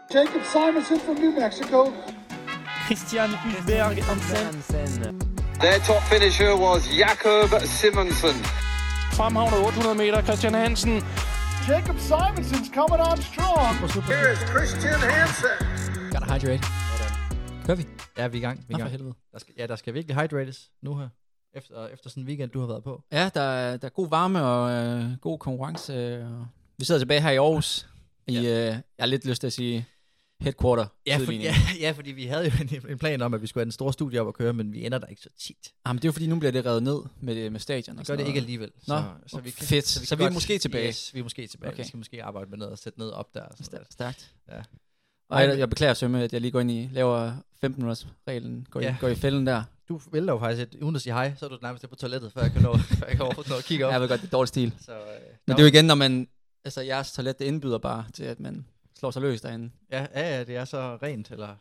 Jacob Simonson from New Mexico. Christian Hulberg Hansen. Their top finisher was Jakob Simonsen. Fremhavnet 800 meter, Christian Hansen. Jacob Simonson's coming on strong. Here is Christian Hansen. Gotta hydrate. Kører vi? Ja, vi er i gang. Nå, for helvede. Der skal virkelig hydrates nu her. Efter sådan en weekend, du har været på. Ja, der er god varme og god konkurrence. Vi sidder tilbage her i Aarhus. Jeg har lidt lyst til at sige headquarter. Fordi vi havde jo en plan om, at vi skulle have den store studie op at køre, men vi ender der ikke så tit. Jamen, det er jo fordi, nu bliver det revet ned med stadion. Det gør det ikke alligevel. Så vi kan, fedt. Så vi er måske tilbage. Yes, vi er måske tilbage. Okay. Vi skal måske arbejde med noget og sætte noget op der. Stærkt. Ja. Og jeg beklager Sømme, at jeg lige går ind i, laver 15 minutters reglen, går i fælden der. Du vælger jo faktisk, uden at sige hej, så er du nærmest på toilettet, før jeg kan nå at kigge op. Jeg ved godt, det er dårlig stil. Så, men det er jo igen, når man, altså jeres toilet, det indbyder bare til, at man slår sig løs derinde. Ja, det er så rent, eller?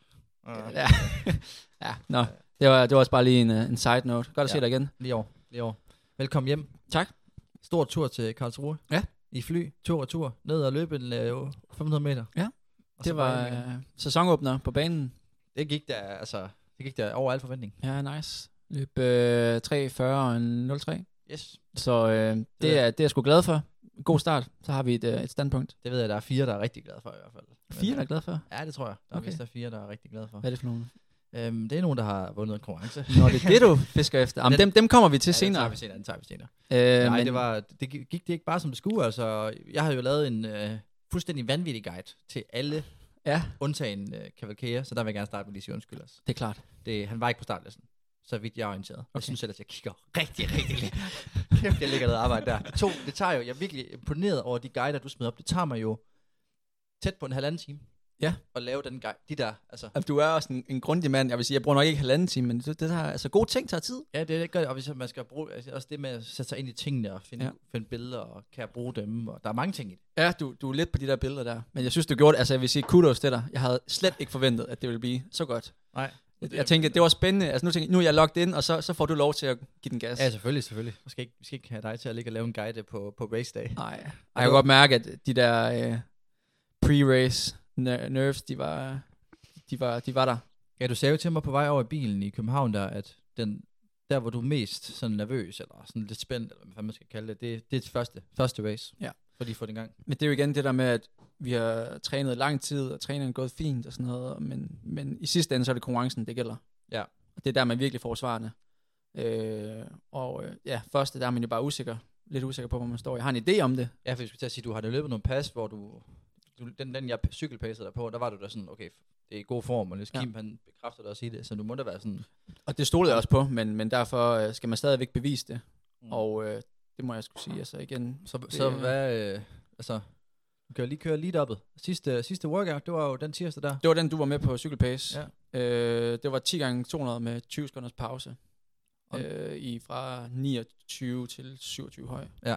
Nå. Det var også bare lige en side note. Godt at se dig igen. Lige over. Velkommen hjem. Tak. Stor tur til Karlsruhe. Ja. I fly, tur, ned og løbe 500 meter. Ja. Det var sæsonåbner på banen. Det gik der over al forventning. Ja, nice. Løb 3:40 og 03. Yes. Så det er jeg sgu glad for. God start. Så har vi et standpunkt. Det ved jeg, der er 4, der er rigtig glade for i hvert fald. 4, der er glade for? Ja, det tror jeg. Der er 4, der er rigtig glade for. Hvad er det for nogen? Det er nogen, der har vundet en konkurrence. Nå, det er det, du fisker efter. Jamen, dem kommer vi til senere. Den tager vi senere. Nej, det gik det ikke bare som det skulle. Altså, jeg havde jo lavet en fuldstændig vanvittig guide til alle, undtagen Cavalcea, så der vil jeg gerne starte med lige at sige undskyld også. Det er klart. Han var ikke på startlisten, så vidt jeg er orienteret. Okay. Jeg synes ellers, jeg kigger rigtig lidt. Kæft, jeg ligger noget arbejde der. Det tager jo, jeg er virkelig imponeret over de guider, du smider op. Det tager mig jo tæt på en halvanden time. Ja. Og lave den guide. De der, altså. Du er også en grundig mand. Jeg vil sige, jeg bruger nok ikke halvanden time, men det der, altså gode ting tager tid. Ja, det gør det. Og hvis man skal bruge, altså, også det med at sætte sig ind i tingene og finde billeder, og kan jeg bruge dem, og der er mange ting i det. Ja, du er lidt på de der billeder der. Men jeg synes, du gjorde det. Altså, jeg vil sige kudos til dig. Jeg havde slet ikke forventet, at det ville blive så godt. Nej. Jeg tænkte, at det var spændende. Altså, nu er jeg logget ind, og så får du lov til at give den gas. Ja, selvfølgelig. Vi skal ikke have dig til at ligge og lave en guide på race day. Nej. Jeg kan godt mærke, at de der pre-race nerves, de var der. Ja, du sagde jo til mig på vej over i bilen i København der, at der hvor du er mest sådan nervøs, eller sådan lidt spændt, eller hvad man skal kalde det er første race. Ja. For lige at få det i gang. Men det er jo igen det der med, at vi har trænet lang tid, og træningen er gået fint og sådan noget, men i sidste ende, så er det konkurrencen, det gælder. Ja. Og det er der, man virkelig får svarene. Første, der er man jo bare lidt usikker på, hvor man står. Jeg har en idé om det. Ja, for jeg skulle til at sige, du har da løbet nogle pas, hvor den jeg cykelpacede dig på, der var du da sådan, okay, det er i god form, og Niels Kim, han bekræfter dig at sige det, så du må da være sådan. Og det stolede jeg også på, men derfor skal man stadigvæk bevise det. Og det må jeg skulle sige, altså igen. Så hvad, du kan jo lige køre lead-uppet. Sidste workout, det var jo den tirsdag der. Det var den, du var med på cykelpace. Ja. Det var 10x200 med 20 sekunders pause. Fra 29 til 27 høj. Ja.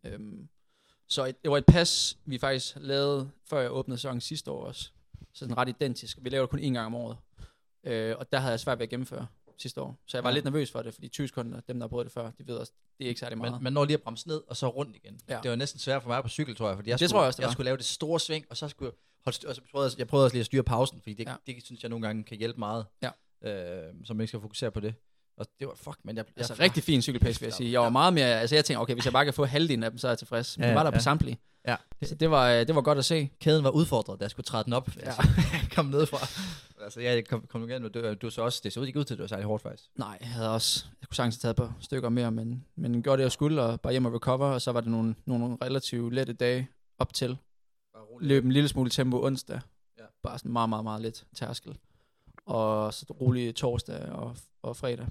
Så det var et pas, vi faktisk lavede, før jeg åbnede sæsonen sidste år også. Så sådan ret identisk. Vi lavede det kun 1 gang om året. Og der havde jeg svært ved at gennemføre sidste år. Så jeg var lidt nervøs for det, fordi 20 sekunder, dem der har prøvet det før, de ved også, det er ikke særlig meget. Man når lige at bremse ned, og så rundt igen. Ja. Det var næsten svært for mig på cykel, tror jeg. Fordi jeg skulle lave det store sving, og så skulle jeg prøvede også lige at styre pausen, fordi det synes jeg nogle gange kan hjælpe meget. Ja. Så man ikke skal fokusere på det. Og det var men jeg rigtig fin cykelpace, vil jeg sige. Jeg var meget mere, altså jeg tænkte, okay, hvis jeg bare kan få halvdelen af dem, så er jeg tilfreds. Men det var der på samtlige. Ja. Så det var godt at se. Kæden var udfordret, da jeg skulle træde den op. Ja. Kom nedefra. Altså jeg kom igen, du så også, det så ikke ud til, at det var særlig hårdt faktisk. Nej, jeg kunne sagtens have taget på stykker mere, men gjorde det jeg skulle, og bare hjem og recover, og så var det nogle relativt lette dage op til. Løb en lille smule tempo onsdag. Ja. Bare sådan meget, meget, meget let tærskel. Og så rolig torsdag og fredag.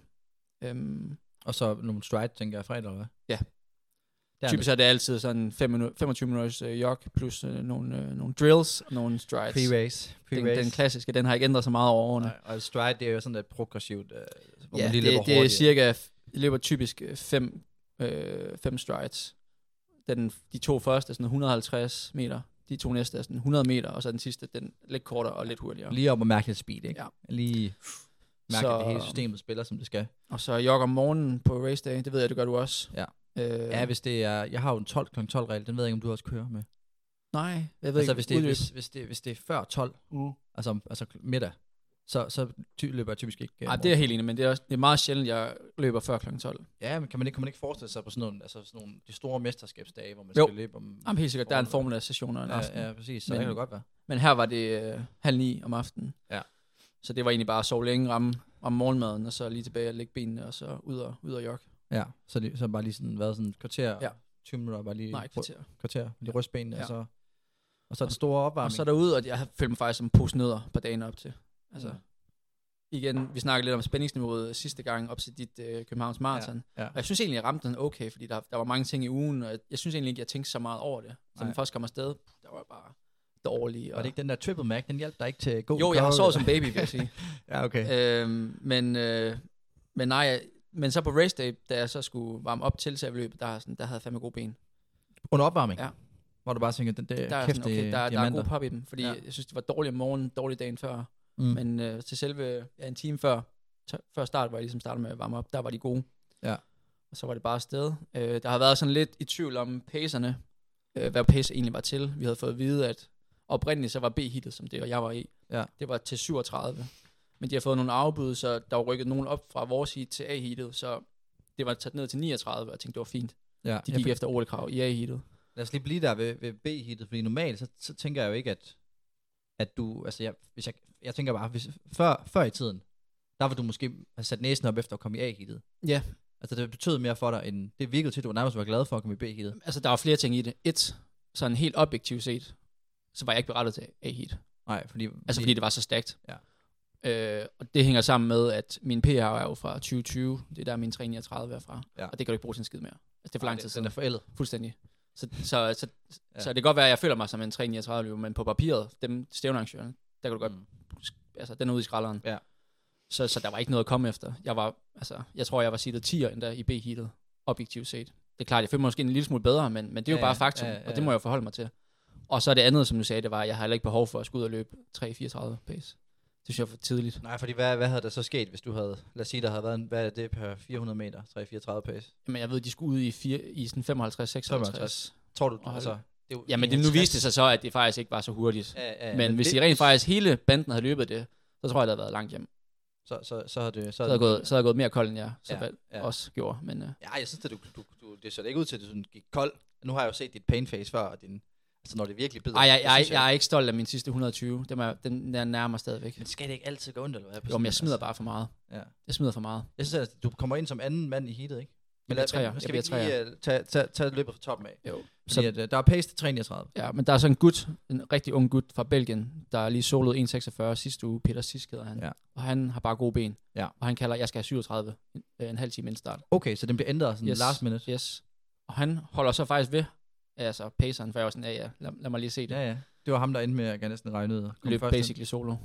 Og så nogle stride, tænker jeg, fredag eller hvad? Ja. Typisk er det altid sådan 25 minutters jog, plus nogle drills og nogle strides. Pre-race. Den klassiske, den har ikke ændret så meget over årene. Og stride, det er jo sådan lidt progressivt, hvor man lige løber hurtigt. Det er cirka, jeg løber typisk 5 strides. De 2 første er sådan 150 meter, de 2 næste er sådan 100 meter, og så den sidste, den lidt kortere og lidt hurtigere. Lige op og mærke lidt speed, ikke? Ja. Lige mærke, at det hele systemet spiller, som det skal. Og så jogge om morgenen på race day, det ved jeg, det gør du også. Ja. Hvis det er, jeg har jo en 12 kl. 12 regel, den ved jeg ikke, om du også kører med. Nej, jeg ved altså, ikke. Hvis det er før 12, altså middag, så løber jeg typisk ikke. Nej, det er helt enig, men det er meget sjældent, jeg løber før kl. 12. Ja, men kan man ikke forestille sig på sådan nogle de store mesterskabsdage, hvor man skal løbe om... Jamen helt sikkert, der er en formiddag session en aften. Ja, præcis, så det kan det godt være. Men her var det 8:30 om aftenen. Ja. Så det var egentlig bare at sove længe, ramme morgenmaden, og så lige tilbage og lægge benene, og så ud og jogge. Ja, så bare lige sådan været sådan et kvarter, 20 minutter, bare lige... Nej, kvarter, lige ryste benene, og så den store opvarmning. Og så derude, og jeg følte mig faktisk som en pose nødder på dagen op til. Altså, igen, vi snakkede lidt om spændingsniveauet sidste gang op til dit Københavns Marathon. Ja. Og jeg synes egentlig, jeg ramte den okay, fordi der var mange ting i ugen, og jeg synes egentlig ikke, jeg tænkte så meget over det. Så den først kom afsted, der var bare dårlig. Og det ikke den der Triple Mac, den hjalp dig ikke til god? Jo, jeg har sovet som baby, vil jeg sige. Ja, okay. Men nej, men så på race day, da jeg så skulle varme op til løbet, der havde jeg fandme gode ben. Under opvarmning? Ja. Hvor du bare tænker, der er god pop i dem, fordi jeg synes, det var dårligt om morgenen, dårlig dagen før. Men til selve en time før start, hvor jeg ligesom startede med at varme op, der var de gode. Ja. Og så var det bare afsted. Der har været sådan lidt i tvivl om pacerne, hvad pace egentlig var til. Vi havde fået at vide, at oprindeligt så var B-hittet, som det og jeg var i. Ja. Det var til 37. Men de har fået nogle afbud, så der var rykket nogen op fra vores heat til A-heatet, så det var taget ned til 39, og jeg tænkte, det var fint. Ja. De gik efter OL-krav i A-heatet. Lad os lige blive der ved B-heatet, fordi normalt, så tænker jeg jo ikke, at du, altså jeg tænker bare, hvis før i tiden, der vil du måske have sat næsen op efter at komme i A-heatet. Ja. Altså det betød mere for dig, end det virkede til, at du nærmest var glad for at komme i B-heatet. Altså der var flere ting i det. Sådan helt objektivt set, så var jeg ikke berettet til A-heat. Nej, fordi det var så stærkt. Ja. Og det hænger sammen med, at min PR er jo fra 2020, det er der min 339 er fra, og det kan du ikke bruge til en skid mere. Altså det er for lang tid siden. Den er forældet. Fuldstændig. Så det kan godt være, at jeg føler mig som en 339 løber, men på papiret, dem stævnearrangørerne, der kan du godt, altså den er ude i skralderen. Ja. Så der var ikke noget at komme efter. Jeg tror, jeg var seedet 10'er endda i B-heatet, objektivt set. Det er klart, jeg føler mig måske en lille smule bedre, men det er jo bare faktum, og det må jeg forholde mig til. Og så det andet, som du sagde, det var, at jeg har heller ikke behov for at skulle ud og løbe 3:34 pace. Det synes jeg var for tidligt. Nej, fordi hvad havde der så sket, hvis du havde, lad os sige, der havde været hvad er det per 400 meter, 3:34 pace? Jamen jeg ved, de skulle ud i sådan 55-56. Tror du, altså... Jamen nu viste det sig så, at det faktisk ikke var så hurtigt. Men hvis de rent faktisk hele banden havde løbet det, så tror jeg, det havde været langt hjem. Så havde jeg gået mere kold, end jeg også gjorde. Men, ja, jeg synes, at det så ikke ud til, at du sådan gik kold. Nu har jeg jo set dit pain face før, og altså når det virkelig bider. Jeg er ikke stolt af min sidste 120. Den er nærmere stadigvæk. Men skal det ikke altid gå ondt, eller hvad? Jo, men jeg smider bare for meget. Ja. Jeg smider for meget. Jeg synes, at du kommer ind som anden mand i heatet, ikke? Men skal vi ikke lige tage løbet fra toppen af? Jo. Fordi der er pace til 3:39. Ja, men der er så en rigtig ung gut fra Belgien, der er lige soloet 1:46 sidste uge. Peter Sisk hedder han. Ja. Og han har bare gode ben. Ja. Og han kalder, jeg skal have 37 en halv time inden start. Okay, så den bliver ændret sådan last minute. Yes. Og han holder så faktisk ved, altså paceren, for jeg var sådan, lad mig lige se det. Ja. Det var ham, der endte med at næsten regne ud. Løb basically solo.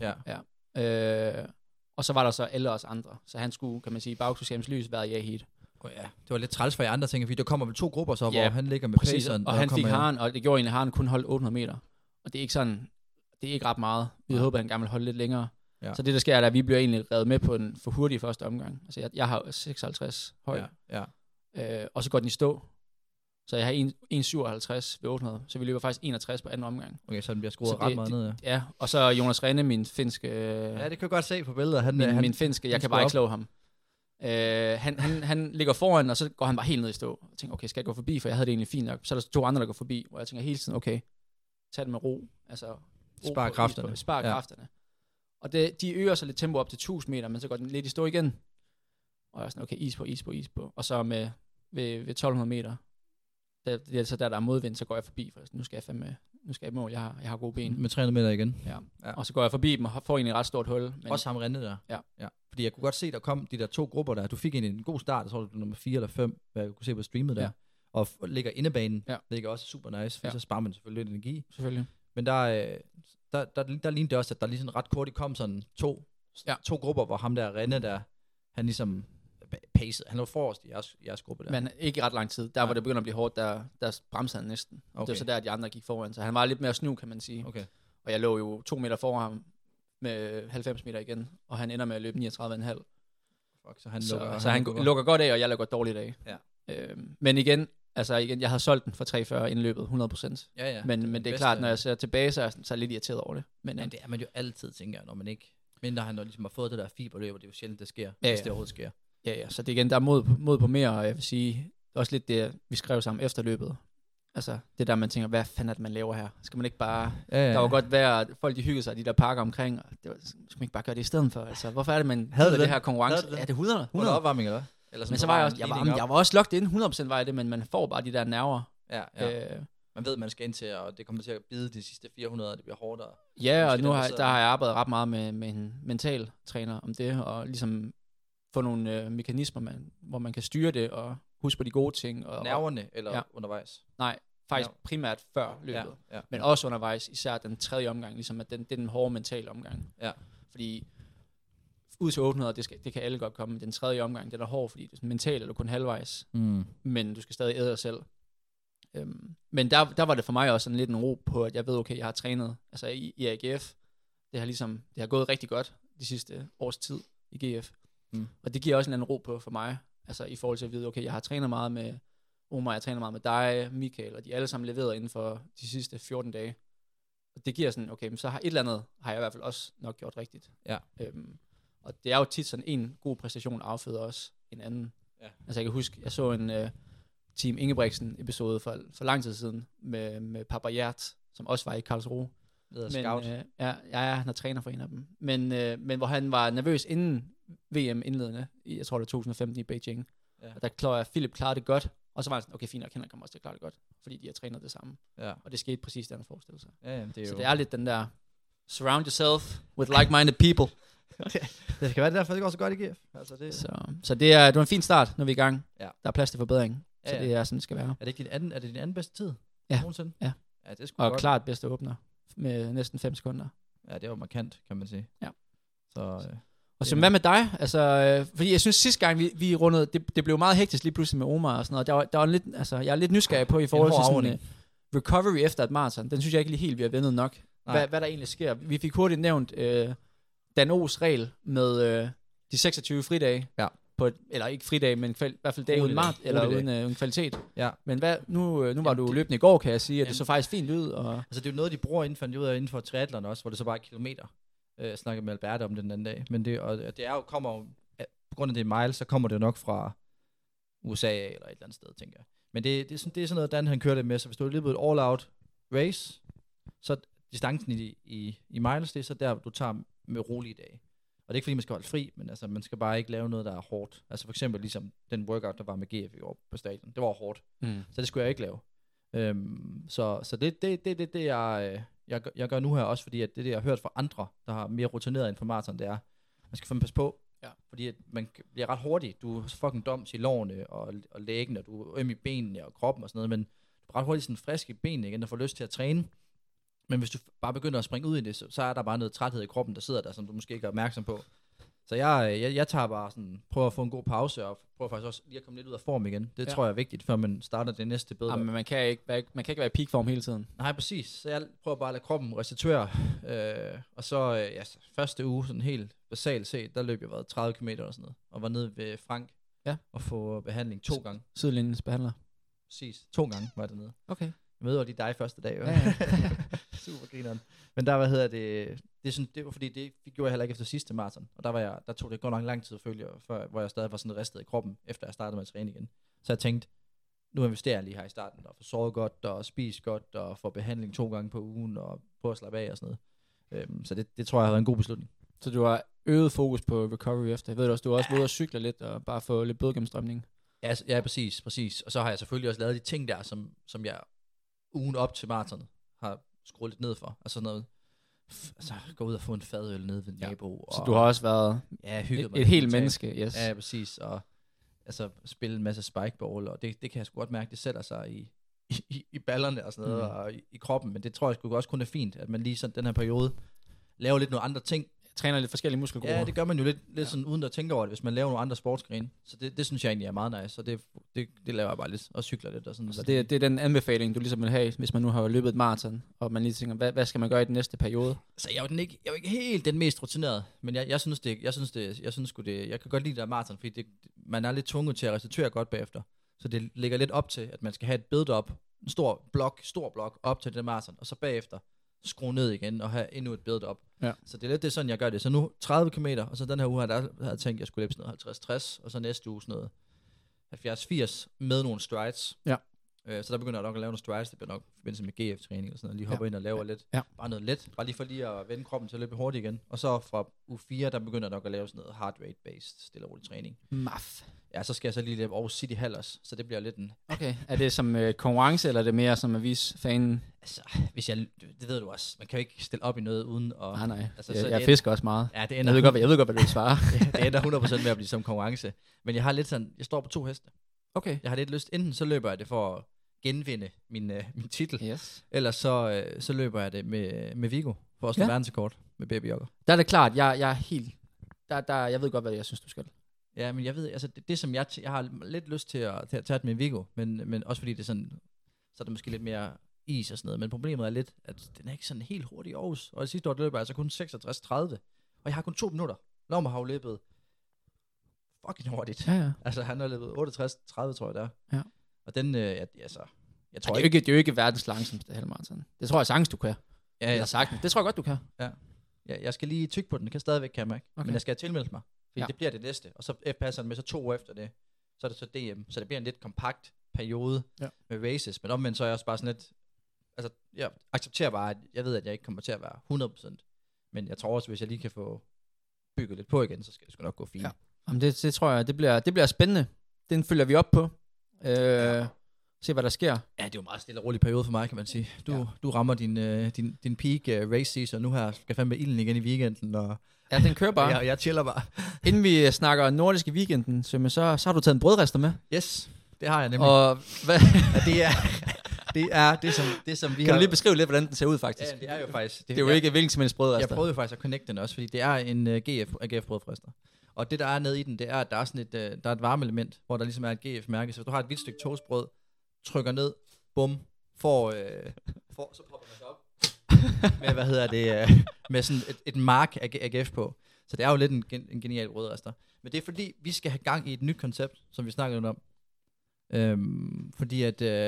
Ja. Og så var der så alle os andre. Så han skulle, kan man sige, bagskabens lys været i A-heat. Ja, det var lidt træls for jer andre ting, fordi der kommer vel 2 grupper så, hvor han ligger med paceren. Og han fik haren, og det gjorde egentlig, at haren kun holdt 800 meter. Og det er ikke sådan, det er ikke ret meget. Vi håber, at han gerne vil holde lidt længere. Ja. Så det, der sker, er, at vi bliver egentlig revet med på en for hurtig første omgang. Altså, jeg har 56 høj. Ja. Og så går den i stå. Så jeg har 1,57 ved 800. Så vi løber faktisk 61 på anden omgang. Okay, så den bliver skruet ret meget ned, ja. Og så Jonas Renne, min finske... Ja, det kan jeg godt se på billedet. Min finske, jeg kan bare ikke slå ham. Han ligger foran, og så går han bare helt ned i stå. Jeg tænker, okay, skal jeg gå forbi, for jeg havde det egentlig fint nok. Så er der 2 andre, der går forbi, hvor jeg tænker hele tiden, okay, tag det med ro. Altså, spar kræfterne. Og de øger så lidt tempo op til 1000 meter, men så går den lidt i stå igen. Og jeg er sådan, okay, is på. Og så ved 1200 meter, det er så der er modvind, så går jeg forbi, for nu skal jeg i mål, jeg har gode ben. Med 300 meter igen. Ja. Og så går jeg forbi dem og får egentlig et ret stort hul. Men... Også ham Renne der. Ja. Fordi jeg kunne godt se, der kom de der 2 grupper der. Du fik en god start, jeg tror du nummer 4 eller 5, hvad jeg kunne se på streamet der. Og ligger indebanen, ligger også super nice, for så sparer man selvfølgelig lidt energi. Selvfølgelig. Men der lignede det også, at der lige sådan ret hurtigt kom sådan 2 grupper, hvor ham der Renne der, han ligesom paced. Han lå forrest i jeres gruppe der. Men ikke ret lang tid. Der hvor det begynder at blive hårdt, der bremsede han næsten. Okay. Det var så der, de andre gik foran. Så han var lidt mere snu, kan man sige. Okay. Og jeg lå jo 2 meter foran ham med 90 meter igen, og han ender med at løbe 39,5. Så han lukker godt af, og jeg lukker dårligt af. Ja. Men igen, Altså igen, jeg havde solgt den for 3,40 indløbet, 100%. Ja. Men det er klart, når jeg ser tilbage, så er jeg lidt irriteret over det. Men det er man jo altid, tænker jeg, når man ikke... Mindre han ligesom har fået det der fiberløb, og det er jo sjældent, det sker, hvis det overhovedet sker. Ja, så det igen, der er mod på mere, og jeg vil sige, også lidt det, vi skrev sammen efter løbet. Altså, det der, man tænker, hvad fanden er det, man laver her? Skal man ikke bare... Der var godt være, folk de hyggede sig, de der parker omkring, og det var, skal man ikke bare gøre det i stedet for? Altså, hvorfor er det, man havde det her konkurrence? Ja, det er 100. opvarmning, eller hvad? Men så var jeg også, jeg var også locked ind, 100% var jeg det, men man får bare de der nerver. Ja. Man ved, man skal ind til, og det kommer til at bide de sidste 400, og det bliver hårdere. Ja, og nu har jeg arbejdet ret meget med en mental træner om det, og ligesom få nogle mekanismer, hvor man kan styre det, og huske på de gode ting. Og nerverne, eller undervejs? Nej, faktisk primært før løbet, men også undervejs, især den tredje omgang, ligesom at det er den hårde mentale omgang. Ja. Fordi ud til 800, det kan alle godt komme, den tredje omgang, den er hård, fordi det er mentalt, eller kun halvvejs, men du skal stadig æde dig selv. Men der var det for mig også sådan lidt en ro på, at jeg ved, okay, jeg har trænet altså i AGF. Det har gået rigtig godt de sidste års tid i GF. Og det giver også en anden ro på for mig, altså i forhold til at vide, okay, jeg har trænet meget med Omar, jeg træner meget med dig, Michael, og de er alle sammen leveret inden for de sidste 14 dage. Og det giver sådan, okay, men så har et eller andet, har jeg i hvert fald også nok gjort rigtigt. Ja. Og det er jo tit sådan, en god præstation afføder også en anden. Ja. Altså jeg kan huske, jeg så en Team Ingebrigtsen episode for lang tid siden med Papa Hjert, som også var i Karlsruhe. Scout. Han er træner for en af dem. Men hvor han var nervøs inden VM indledende, jeg tror det var 2015 i Beijing. Ja. Og der klarede Philip klarede det godt, og så var han sådan, okay, fint, jeg kommer også til at klare det godt, fordi de har trænet det samme. Ja. Og det skete præcis det, han forestillede sig. Ja, det er så det er lidt den der, surround yourself with like-minded people. Det skal være det derfor, det går så godt i GF. Altså så det var en fin start, når vi er i gang. Ja. Der er plads til forbedring, så det er sådan, det skal være. Er det din anden bedste tid? Ja. Nogensinde? Ja. Ja, det og godt. Klart bedste åbner med næsten 5 sekunder. Ja, det var markant, kan man sige. Ja. Så... Og så hvad med dig? Altså, fordi jeg synes sidste gang vi rundede, det blev meget hektisk lige pludselig med Omar og sådan noget. Der var lidt, altså, jeg er lidt nysgerrig på i forhold til sådan recovery efter et maraton. Den synes jeg ikke lige helt, vi har vendet nok. Hvad der egentlig sker. Vi fik hurtigt nævnt Dan O's regel med de 26 fridage. Ja. Eller ikke fridage, men i hvert fald dage uden maraton, eller uden kvalitet. Ja. Men nu var du løbende i går, kan jeg sige, at det så faktisk fint ud. Og altså det er jo noget, de bruger inden for triathlon også, hvor det så bare er kilometer. Jeg snakkede med Albert om det den anden dag, men det er jo, kommer på grund af det miles, så kommer det jo nok fra USA eller et eller andet sted, tænker jeg. Men det er sådan noget, Dan han kørte med, så hvis du er lige på et all-out race, så distancen i miles, det er så der, du tager med rolige dage. Og det er ikke fordi, man skal holde fri, men altså, man skal bare ikke lave noget, der er hårdt. Altså for eksempel ligesom den workout, der var med GF i år på stadion. Det var hårdt, så det skulle jeg ikke lave. Så det jeg gør nu her også, fordi at det jeg har hørt fra andre, der har mere rutineret end for maraton, det er, man skal fandme passe på, fordi at man bliver ret hurtig. Du er fucking doms i lårene og lægen, og du er øm i benene og kroppen og sådan noget, men du er ret hurtigt sådan frisk i benene igen, og får lyst til at træne. Men hvis du bare begynder at springe ud i det, så er der bare noget træthed i kroppen, der sidder der, som du måske ikke er opmærksom på. Så jeg tager bare sådan, prøver at få en god pause, og prøver faktisk også lige at komme lidt ud af form igen. Det tror jeg er vigtigt, før man starter det næste bedre. Men man kan ikke være i peakform hele tiden. Nej, præcis. Så jeg prøver bare at lade kroppen restituere. Og så første uge, sådan helt basalt set, der løb jeg 30 km og sådan noget. Og var nede ved Frank og få behandling 2 gange. Sidelinjens behandler? Præcis. 2 gange var det nede. Okay. Jeg møder lige dig første dag. Ja. Super grineren. Men der, det var fordi, det gjorde jeg heller ikke efter sidste maraton. Og der tog det godt nok lang tid at følge, hvor jeg stadig var sådan ristet i kroppen, efter jeg startede med at træne igen. Så jeg tænkte, nu investerer jeg lige her i starten, og får sovet godt, og spise godt, og får behandling 2 gange på ugen, og på at slappe af og sådan noget. Så det tror jeg har været en god beslutning. Så du har øget fokus på recovery efter. Jeg ved også, du har også været ude at cykle lidt, og bare få lidt blodgennemstrømning. Ja, præcis. Og så har jeg selvfølgelig også lavet de ting der, som jeg ugen op til maratonet har skruet lidt ned for. Altså noget, gå ud og få en fadøl nede ved nabo. Så du har også været et helt menneske, yes. Ja, præcis. Og altså spille en masse spikeball, og det kan jeg sgu godt mærke, det sætter sig i ballerne og sådan noget, og i kroppen. Men det tror jeg sgu også kun er fint, at man lige sådan den her periode laver lidt nogle andre ting. Træner lidt forskellige muskelgrupper. Ja, det gør man jo lidt sådan uden at tænke over det, hvis man laver nogle andre sportsgrene. Så det synes jeg egentlig er meget nice, så det laver jeg bare lidt, og cykler lidt og sådan. Så det er den anbefaling, du ligesom vil have, hvis man nu har løbet et maraton, og man lige tænker, hvad skal man gøre i den næste periode? Så jeg er jo ikke helt den mest rutinerede, men jeg synes jeg kan godt lide det maraton, fordi man er lidt tvunget til at restituere godt bagefter. Så det ligger lidt op til, at man skal have et build-up, en stor blok op til det maraton, og så bagefter skrue ned igen og have endnu et build-up. Ja. Så det er lidt det sådan, jeg gør det. Så nu 30 km, og så den her uge havde jeg tænkt, at jeg skulle løbe sådan noget 50-60, og så næste uge sådan noget 70-80 med nogle strides. Ja. Så der begynder jeg nok at lave nogle strides. Det bliver nok i forbindelse med GF-træning og sådan noget. Lige hopper ind og laver lidt. Ja. Bare noget let. Bare lige for lige at vende kroppen til at løbe hurtigt igen. Og så fra uge 4, der begynder jeg nok at lave sådan noget heart rate-based stille og rolig træning. Maf. Ja, så skal jeg så lige løbe over City Hallers. Så det bliver lidt en... Okay. Er det som konkurrence, eller er det mere som at vise fanen? Altså, det ved du også. Man kan jo ikke stille op i noget uden at... Nej. Altså, jeg fisker også meget. Ja, det ender, jeg ved godt, hvad du vil svare. Det ender 100% med at blive som konkurrence. Men jeg har lidt sådan... Jeg står på 2 heste. Okay. Jeg har lidt lyst... Enten så løber jeg det for at genvinde min titel. Yes. Ellers så løber jeg det med Viggo. For at slå verdensrekord med Baby Jogger. Der er det klart. Jeg er helt... jeg ved godt, hvad jeg synes, du skal. Ja, men jeg ved... Altså, det som jeg har lidt lyst til at tage det med Viggo. Men også fordi det er sådan... Så er det måske lidt mere is og sådan noget. Men problemet er lidt, at den er ikke sådan helt hurtig i Aarhus. Og det sidste år løber jeg altså kun 66-30. Og jeg har kun 2 minutter. Lommer har jo løbet fucking hurtigt. Ja. Altså han har løbet 68-30, tror jeg der. Ja. Og den, jeg tror ikke... Det er jo ikke verdens langsomste halvmarathon. Det tror jeg sagtens, du kan. Ja, jeg sagt. Det tror jeg godt, du kan. Ja. Jeg skal lige tykke på den. Det kan stadigvæk, kan jeg mærke. Okay. Men jeg skal tilmelde mig. Fordi det bliver det næste. Og så passer den med så 2 år efter det. Så er det så DM. Så det bliver en lidt kompakt periode med races. Men omvendt så er jeg også bare sådan lidt... Altså, jeg accepterer bare, at jeg ved, at jeg ikke kommer til at være 100%. Men jeg tror også, hvis jeg lige kan få bygget lidt på igen, så skal det sgu nok gå fint. Ja. Jamen det tror jeg, det bliver spændende. Den følger vi op på. Se, hvad der sker. Ja, det er jo en meget stille og rolig periode for mig, kan man sige. Du rammer din peak race season. Nu her skal fandme ilden igen i weekenden. Og ja, den kører bare. Jeg chiller bare. Inden vi snakker nordisk i weekenden, så har du taget en brødrester med. Yes, det har jeg nemlig. Og hvad? Ja, det som vi kan du lige beskrive lidt, hvordan den ser ud faktisk? Ja, det er jo faktisk... Det er jo ikke hvilken som helst brødrester. Jeg prøvede jo faktisk at connecte den også, fordi det er en AGF brødrester. Og det der er nede i den, det er, at der er sådan der er et varmeelement, hvor der ligesom er et GF-mærke. Så hvis du har et hvidt stykke toastbrød, trykker ned, bum, så popper man sig op med, med sådan et mark af AGF på. Så det er jo lidt en genial brødrester. Men det er fordi, vi skal have gang i et nyt koncept, som vi snakkede om. Fordi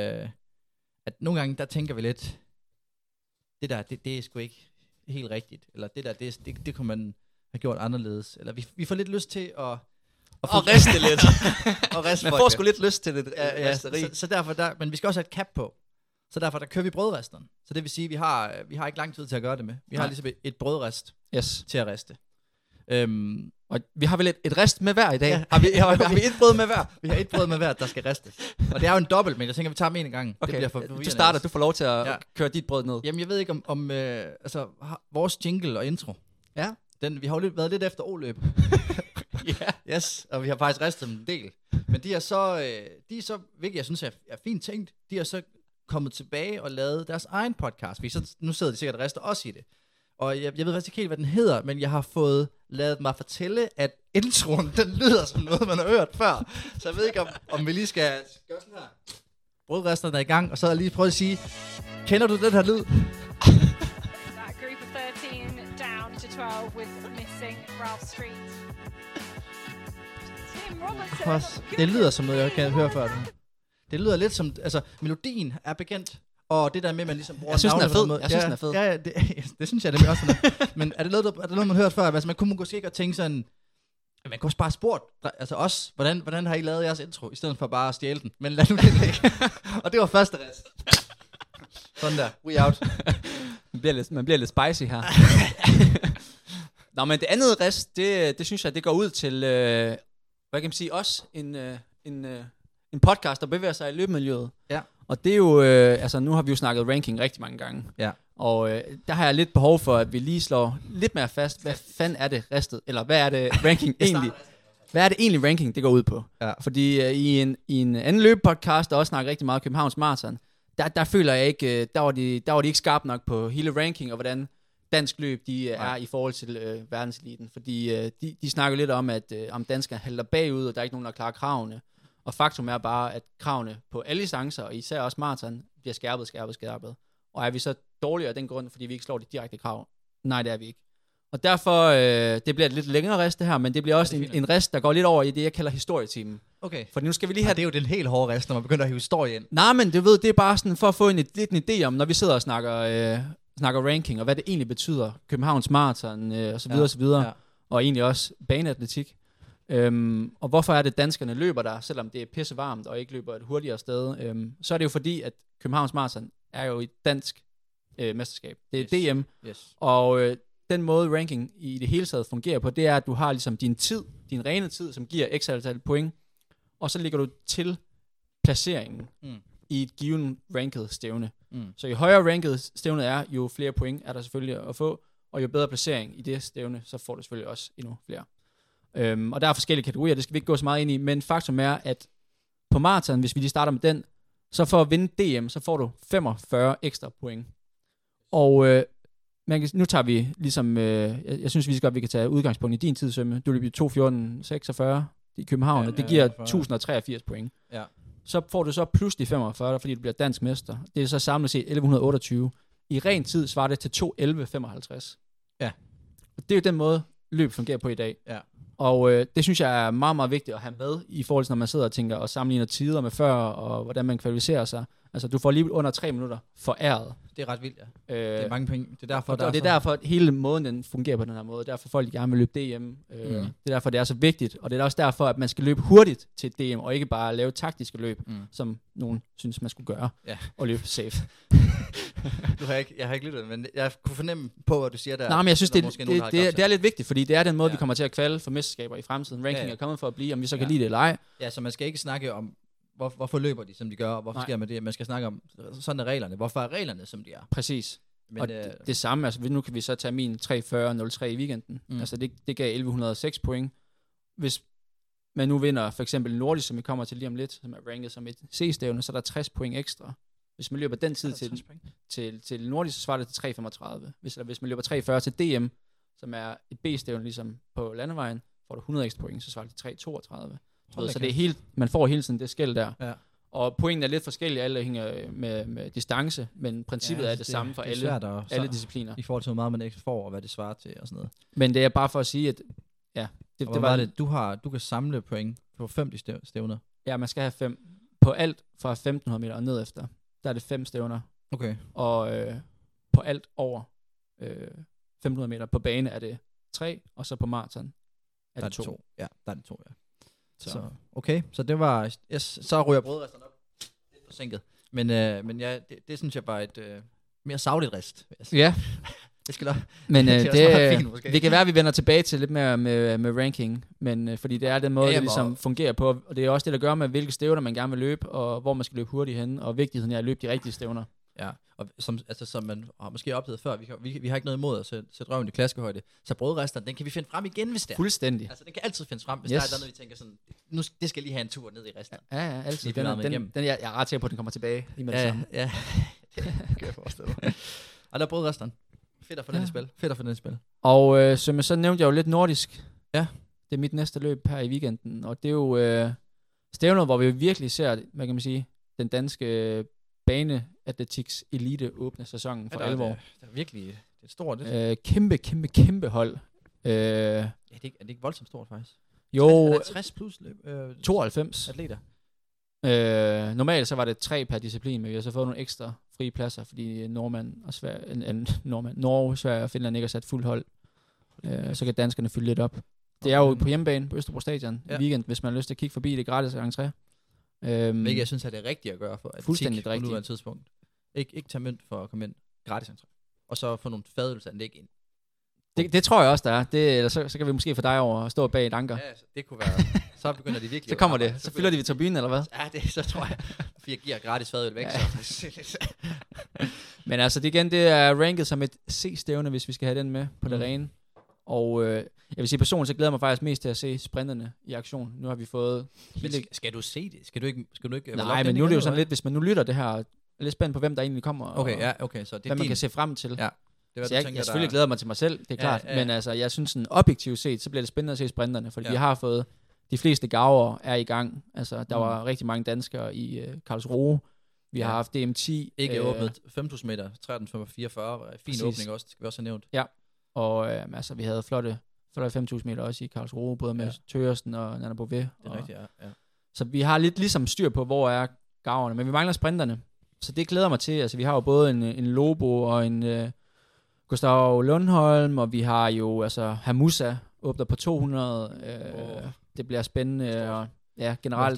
at nogle gange, der tænker vi lidt, det der, det er sgu ikke helt rigtigt. Eller det der, det kunne man have gjort anderledes. Eller vi får lidt lyst til at riste lidt. Og riste man får sgu lidt lyst til det. Så derfor, men vi skal også have et cap på. Så derfor, der kører vi brødresteren. Så det vil sige, vi har ikke lang tid til at gøre det med. Vi har ligesom et brødrest til at riste. Og vi har vel et rest med hver i dag. Ja. Har vi et brød med hver? Vi har et brød med hver, der skal ristes. Og det er jo en dobbelt, men jeg tænker, vi tager dem en gang. Okay, det du starter, du får lov til at køre dit brød ned. Jamen, jeg ved ikke om vores jingle og intro. Ja. Vi har jo været lidt efter O-løb. Ja. Yes, og vi har faktisk ristet dem en del. Men de er så, hvilket jeg synes er fint tænkt, de er så kommet tilbage og lavet deres egen podcast. Nu sidder de sikkert og rister også i det. Og jeg ved faktisk ikke helt, hvad den hedder, men jeg har fået lavet mig fortælle, at introen, den lyder som noget, man har hørt før. Så jeg ved ikke, om vi lige skal gøre sådan her. Brødresterne er i gang, og så har jeg lige prøvet at sige, kender du den her lyd? That group of 13 down to 12 with missing Ralph Street. Tim Robertson. Det lyder som noget, jeg kan høre før. Det lyder lidt som, altså melodien er bekendt. Og det der med, at man ligesom bruger navnet. Jeg synes, den er fed. Ja, det synes jeg, det er også. Men er det noget, man har hørt før? Altså, man kunne måske ikke tænke sådan, man kunne også bare spurgt, altså os, hvordan har I lavet jeres intro, i stedet for bare at stjæle den? Men lad nu det ligge. Og det var første rest. Sådan der, we out. Man bliver lidt spicy her. Nå, men det andet rest, det synes jeg, det går ud til, hvad kan man sige, også en podcast, der bevæger sig i løbemiljøet. Ja. Og det er jo, nu har vi jo snakket ranking rigtig mange gange. Ja. Og der har jeg lidt behov for, at vi lige slår lidt mere fast, hvad fanden er det restet, eller hvad er det ranking egentlig? Hvad er det egentlig ranking, det går ud på? Ja. Fordi i en anden løbepodcast, der også snakker rigtig meget om Københavns Marathon, der føler jeg ikke, der var de ikke skarpe nok på hele ranking, og hvordan dansk løb de er i forhold til verdenseliten. Fordi de snakker lidt om, at om danskerne halter bagud, og der er ikke nogen, der klarer kravene. Og faktum er bare, at kravene på alle distancer, og især også maraton, bliver skærpet. Og er vi så dårligere af den grund, fordi vi ikke slår de direkte krav? Nej, det er vi ikke. Og derfor, det bliver et lidt længere rest det her, men det bliver også en rest, der går lidt over i det, jeg kalder historietimen. Okay. For nu skal vi lige have... det er jo den helt hårde rest, når man begynder at hive historie ind. Nej, men du ved, det er bare sådan for at få lidt en idé om, når vi sidder og snakker ranking, og hvad det egentlig betyder. Københavns Marathon, og så videre, og så videre. Ja. Og egentlig også baneatletik. Og hvorfor er det, danskerne løber der, selvom det er pisse varmt, og ikke løber et hurtigere sted? Så er det jo fordi, at Københavns Marathon er jo et dansk mesterskab. Det er DM. Yes. Og den måde ranking i det hele taget fungerer på, det er, at du har ligesom din rene tid, som giver x antal point, og så ligger du til placeringen i et given ranket stævne. Så jo højere ranket stævnet er, jo flere point er der selvfølgelig at få, og jo bedre placering i det stævne, så får du selvfølgelig også endnu flere. Og der er forskellige kategorier, det skal vi ikke gå så meget ind i, men faktum er, at på maraton, hvis vi lige starter med den, så for at vinde DM, så får du 45 ekstra point. Og nu tager vi ligesom, jeg synes vi kan tage udgangspunkt i din tid, Sømme. Du løb i 2:14:46 i København, og det giver 1083 point. Ja. Så får du så pludselig 45, fordi du bliver dansk mester. Det er så samlet set 1128. I ren tid svarer det til 2:11:55. Ja. Og det er jo den måde, løb fungerer på i dag. Ja. Og det synes jeg er meget, meget vigtigt at have med i forhold til, når man sidder og tænker og sammenligner tider med før, og hvordan man kvalificerer sig. Altså, du får lige under 3 minutter foræret. Det er ret vildt, ja. Det er mange penge. Det er derfor, og det er derfor, at hele måden den fungerer på den her måde. Derfor folk gerne vil løbe DM. Det er derfor, det er så vigtigt. Og det er også derfor, at man skal løbe hurtigt til DM, og ikke bare lave taktiske løb, som nogen synes, man skulle gøre. Ja. Og løbe safe. Jeg har ikke lyttet, men jeg kunne fornemme på, hvad du siger der. Nej, men jeg synes, det er lidt vigtigt, fordi det er den måde, vi kommer til at kvalde for mesterskaber i fremtiden. Ranking er kommet for at blive, om vi så kan lide det eller ej. Ja, så man skal ikke snakke om, hvorfor løber de, som de gør, og hvorfor sker man det. Man skal snakke om, sådan er reglerne. Hvorfor er reglerne, som de er? Præcis. Men, og det samme, altså nu kan vi så tage min 3:40:03 i weekenden. Altså det gav 1106 point. Hvis man nu vinder for eksempel Nordisk, som vi kommer til lige om lidt, som er ranket som et C-stævne, så er der 60 point ekstra. Hvis man løber den tid til Nordisk, så svarer det til 3:35. Hvis man løber 3:40 til DM, som er et B-stævne ligesom på landevejen, får du 100 ekstra point, så svarer det til 3:32. Så det er helt, man får hele tiden det skel der. Ja. Og pointen er lidt forskellige, alle hænger med distance, men princippet er det samme for alle discipliner. I forhold til, hvor meget man ikke får, og hvad det svarer til og sådan noget. Men det er bare for at sige, at det var det. Du kan samle point på 5 stævner. Ja, man skal have 5 på alt fra 1500 meter og ned efter. Der er det 5 stævner. Okay. Og på alt over 1500 meter på bane er det 3, og så på maraton er det 2. Ja, der er det 2, ja. Så okay, så det var... så ryger brødresterne op. Det er forsinket. Men ja, det synes jeg bare et mere sagligt rest. Ja. Det skal da... Men det kan være, at vi vender tilbage til lidt mere med ranking, men fordi det er den måde, det ligesom fungerer på, og det er også det, der gør med, hvilke stævner man gerne vil løbe, og hvor man skal løbe hurtigt hen, og vigtigheden er at løbe de rigtige stævner. Ja, og som man har måske oplevet før, vi har ikke noget imod at sætte røven i klaskehøjde, så brødresterne, den kan vi finde frem igen, hvis det er. Fuldstændig. Altså, den kan altid findes frem, hvis der er noget, vi tænker sådan, nu det skal lige have en tur ned i resterne. Ja, altid. Jeg er ret sikker på, at den kommer tilbage lige med det samme. Ja, det kan jeg forestille mig. Og der er brødresterne. Fedt at få den i spil. Og så nævnte jeg jo lidt nordisk. Ja. Det er mit næste løb her i weekenden, og det er jo stævner, hvor vi virkelig ser, hvad kan man sige, den danske baneatletiks elite åbne sæsonen for alvor. Det er virkelig det er stort. Kæmpe hold. Er det ikke voldsomt stort faktisk? Jo. 60 plus 92 atleter. Normalt så var det 3 per disciplin, men vi har så fået nogle ekstra frie pladser, fordi Norge, Sverige og Finland ikke har sat fuld hold. Så kan danskerne fylde lidt op. Det er jo på hjemmebane på Østerbro Stadion i weekend, hvis man har lyst til at kigge forbi, det er gratis entré. Hvilket jeg synes er det rigtige at gøre for fuldstændig på nuværende tidspunkt. Ikke tage mønt for at komme ind gratis entré. Og så få nogle fadelsanlæg ind. Det tror jeg også, der er. Så kan vi måske få dig over at stå bag et anker. Ja, det kunne være. Så begynder de virkelig. Så kommer det. Så fylder de ved tribunen, eller hvad? Ja, så tror jeg. For jeg giver gratis fadøl væk. Så. Men altså, det er ranket som et C-stævne, hvis vi skal have den med på det rene. Og jeg vil sige personligt, så glæder jeg mig faktisk mest til at se sprinterne i aktion. Nu har vi fået... Skal du se det? Skal du ikke Nej, men nu er det jo sådan lidt, hvis man nu lytter det her, er lidt spændt på, hvem der egentlig kommer. Okay, så det er hvad man kan se frem til. Ja. Jeg selvfølgelig glæder mig til mig selv, det er klart. Men altså, jeg synes sådan objektivt set, så bliver det spændende at se sprinterne, fordi vi har fået de fleste gaver er i gang. Altså, der var rigtig mange danskere i Karlsruhe. Vi har haft DM10. Ikke åbnet 5.000 meter, 13.45, fin åbning også, det skal vi også have nævnt. Ja, Og altså, vi havde flotte 5.000 meter også i Karlsruhe, både med Tørsten og Nana Bové. Det er rigtigt, ja. Så vi har lidt ligesom styr på, hvor er gaverne, men vi mangler sprinterne. Så det glæder mig til. Altså, vi har jo både en Lobo og en Gustav Lundholm, og vi har jo altså Hamusa åbner på 200. Det bliver spændende, og ja, generelt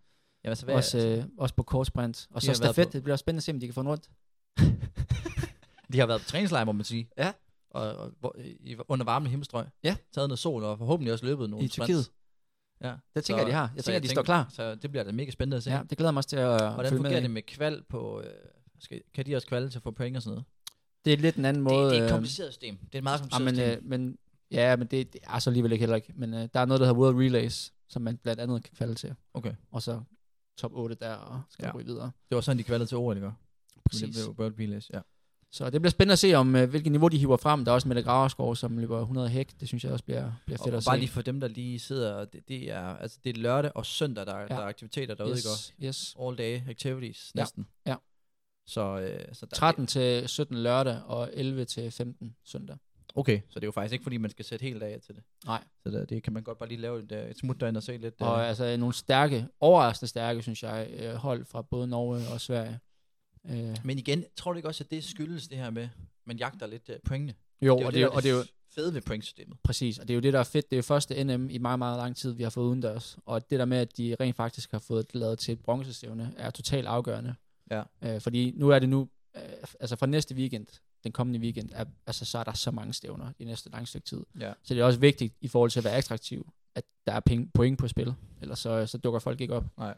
også på kortsprint. Og så stafet, det bliver spændende at se, om de kan få den rundt. De har været på træningslejr, må man sige. Ja. Og under varme himmelstrøg. Ja. Taget noget sol, og forhåbentlig også løbet nogle sprints. I Tyrkiet. Ja. Det tænker jeg, de har. Jeg tænker, de står klar. Så det bliver da mega spændende at se. Ja, det glæder mig også til at følge med. Hvordan fungerer det med kval på... kan de også kvalde til at få point og sådan noget? Det er lidt en anden måde. Det er et kompliceret system. Det er et meget kompliceret system. Men det er så alligevel ikke heller ikke. Men der er noget, der hedder World Relays, som man blandt andet kan kvalde til. Okay. Og så top 8 der, og skal ryge videre. Det var sådan, de kvalede til OL, ikke? Præcis. Det var World Relays, ja. Så det bliver spændende at se, om hvilket niveau de hiver frem. Der er også Mette Graverskov, som løber 100 hæk. Det synes jeg også bliver fedt at se. Bare lige for dem, der lige sidder, det er lørdag og søndag, der er aktiviteter derude, ikke? Yes. All day activities, næsten. Ja. Så 13 til 17 lørdag og 11 til 15 søndag. Okay, så det er jo faktisk ikke, fordi man skal sætte helt af til det. Nej. Så det kan man godt bare lige lave et smut derinde og se lidt. Og altså nogle overraskende stærke, synes jeg, hold fra både Norge og Sverige. Men igen, tror du ikke også, at det skyldes det her med, man jagter lidt pointene? Jo, det er jo fede ved pointsystemet. Præcis, og det er jo det, der er fedt. Det er jo første NM i meget, meget lang tid, vi har fået udendørs. Og det der med, at de rent faktisk har fået lavet til et bronzestævne, er totalt afgørende. Ja. Fordi nu er det altså fra næste weekend, den kommende weekend, så er der så mange stævner i næste lang stykke tid. Ja. Så det er også vigtigt i forhold til at være attraktiv, at der er point på spil. Ellers så dukker folk ikke op. Nej.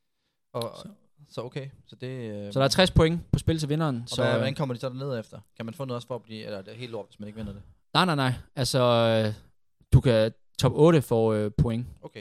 Så okay. Så der er 60 point på spil til vinderen. Og hvordan kommer de så derned efter? Kan man få noget også for at blive, eller er det helt lort, hvis man ikke vinder det? Nej. Altså, du kan top 8 få point. Okay.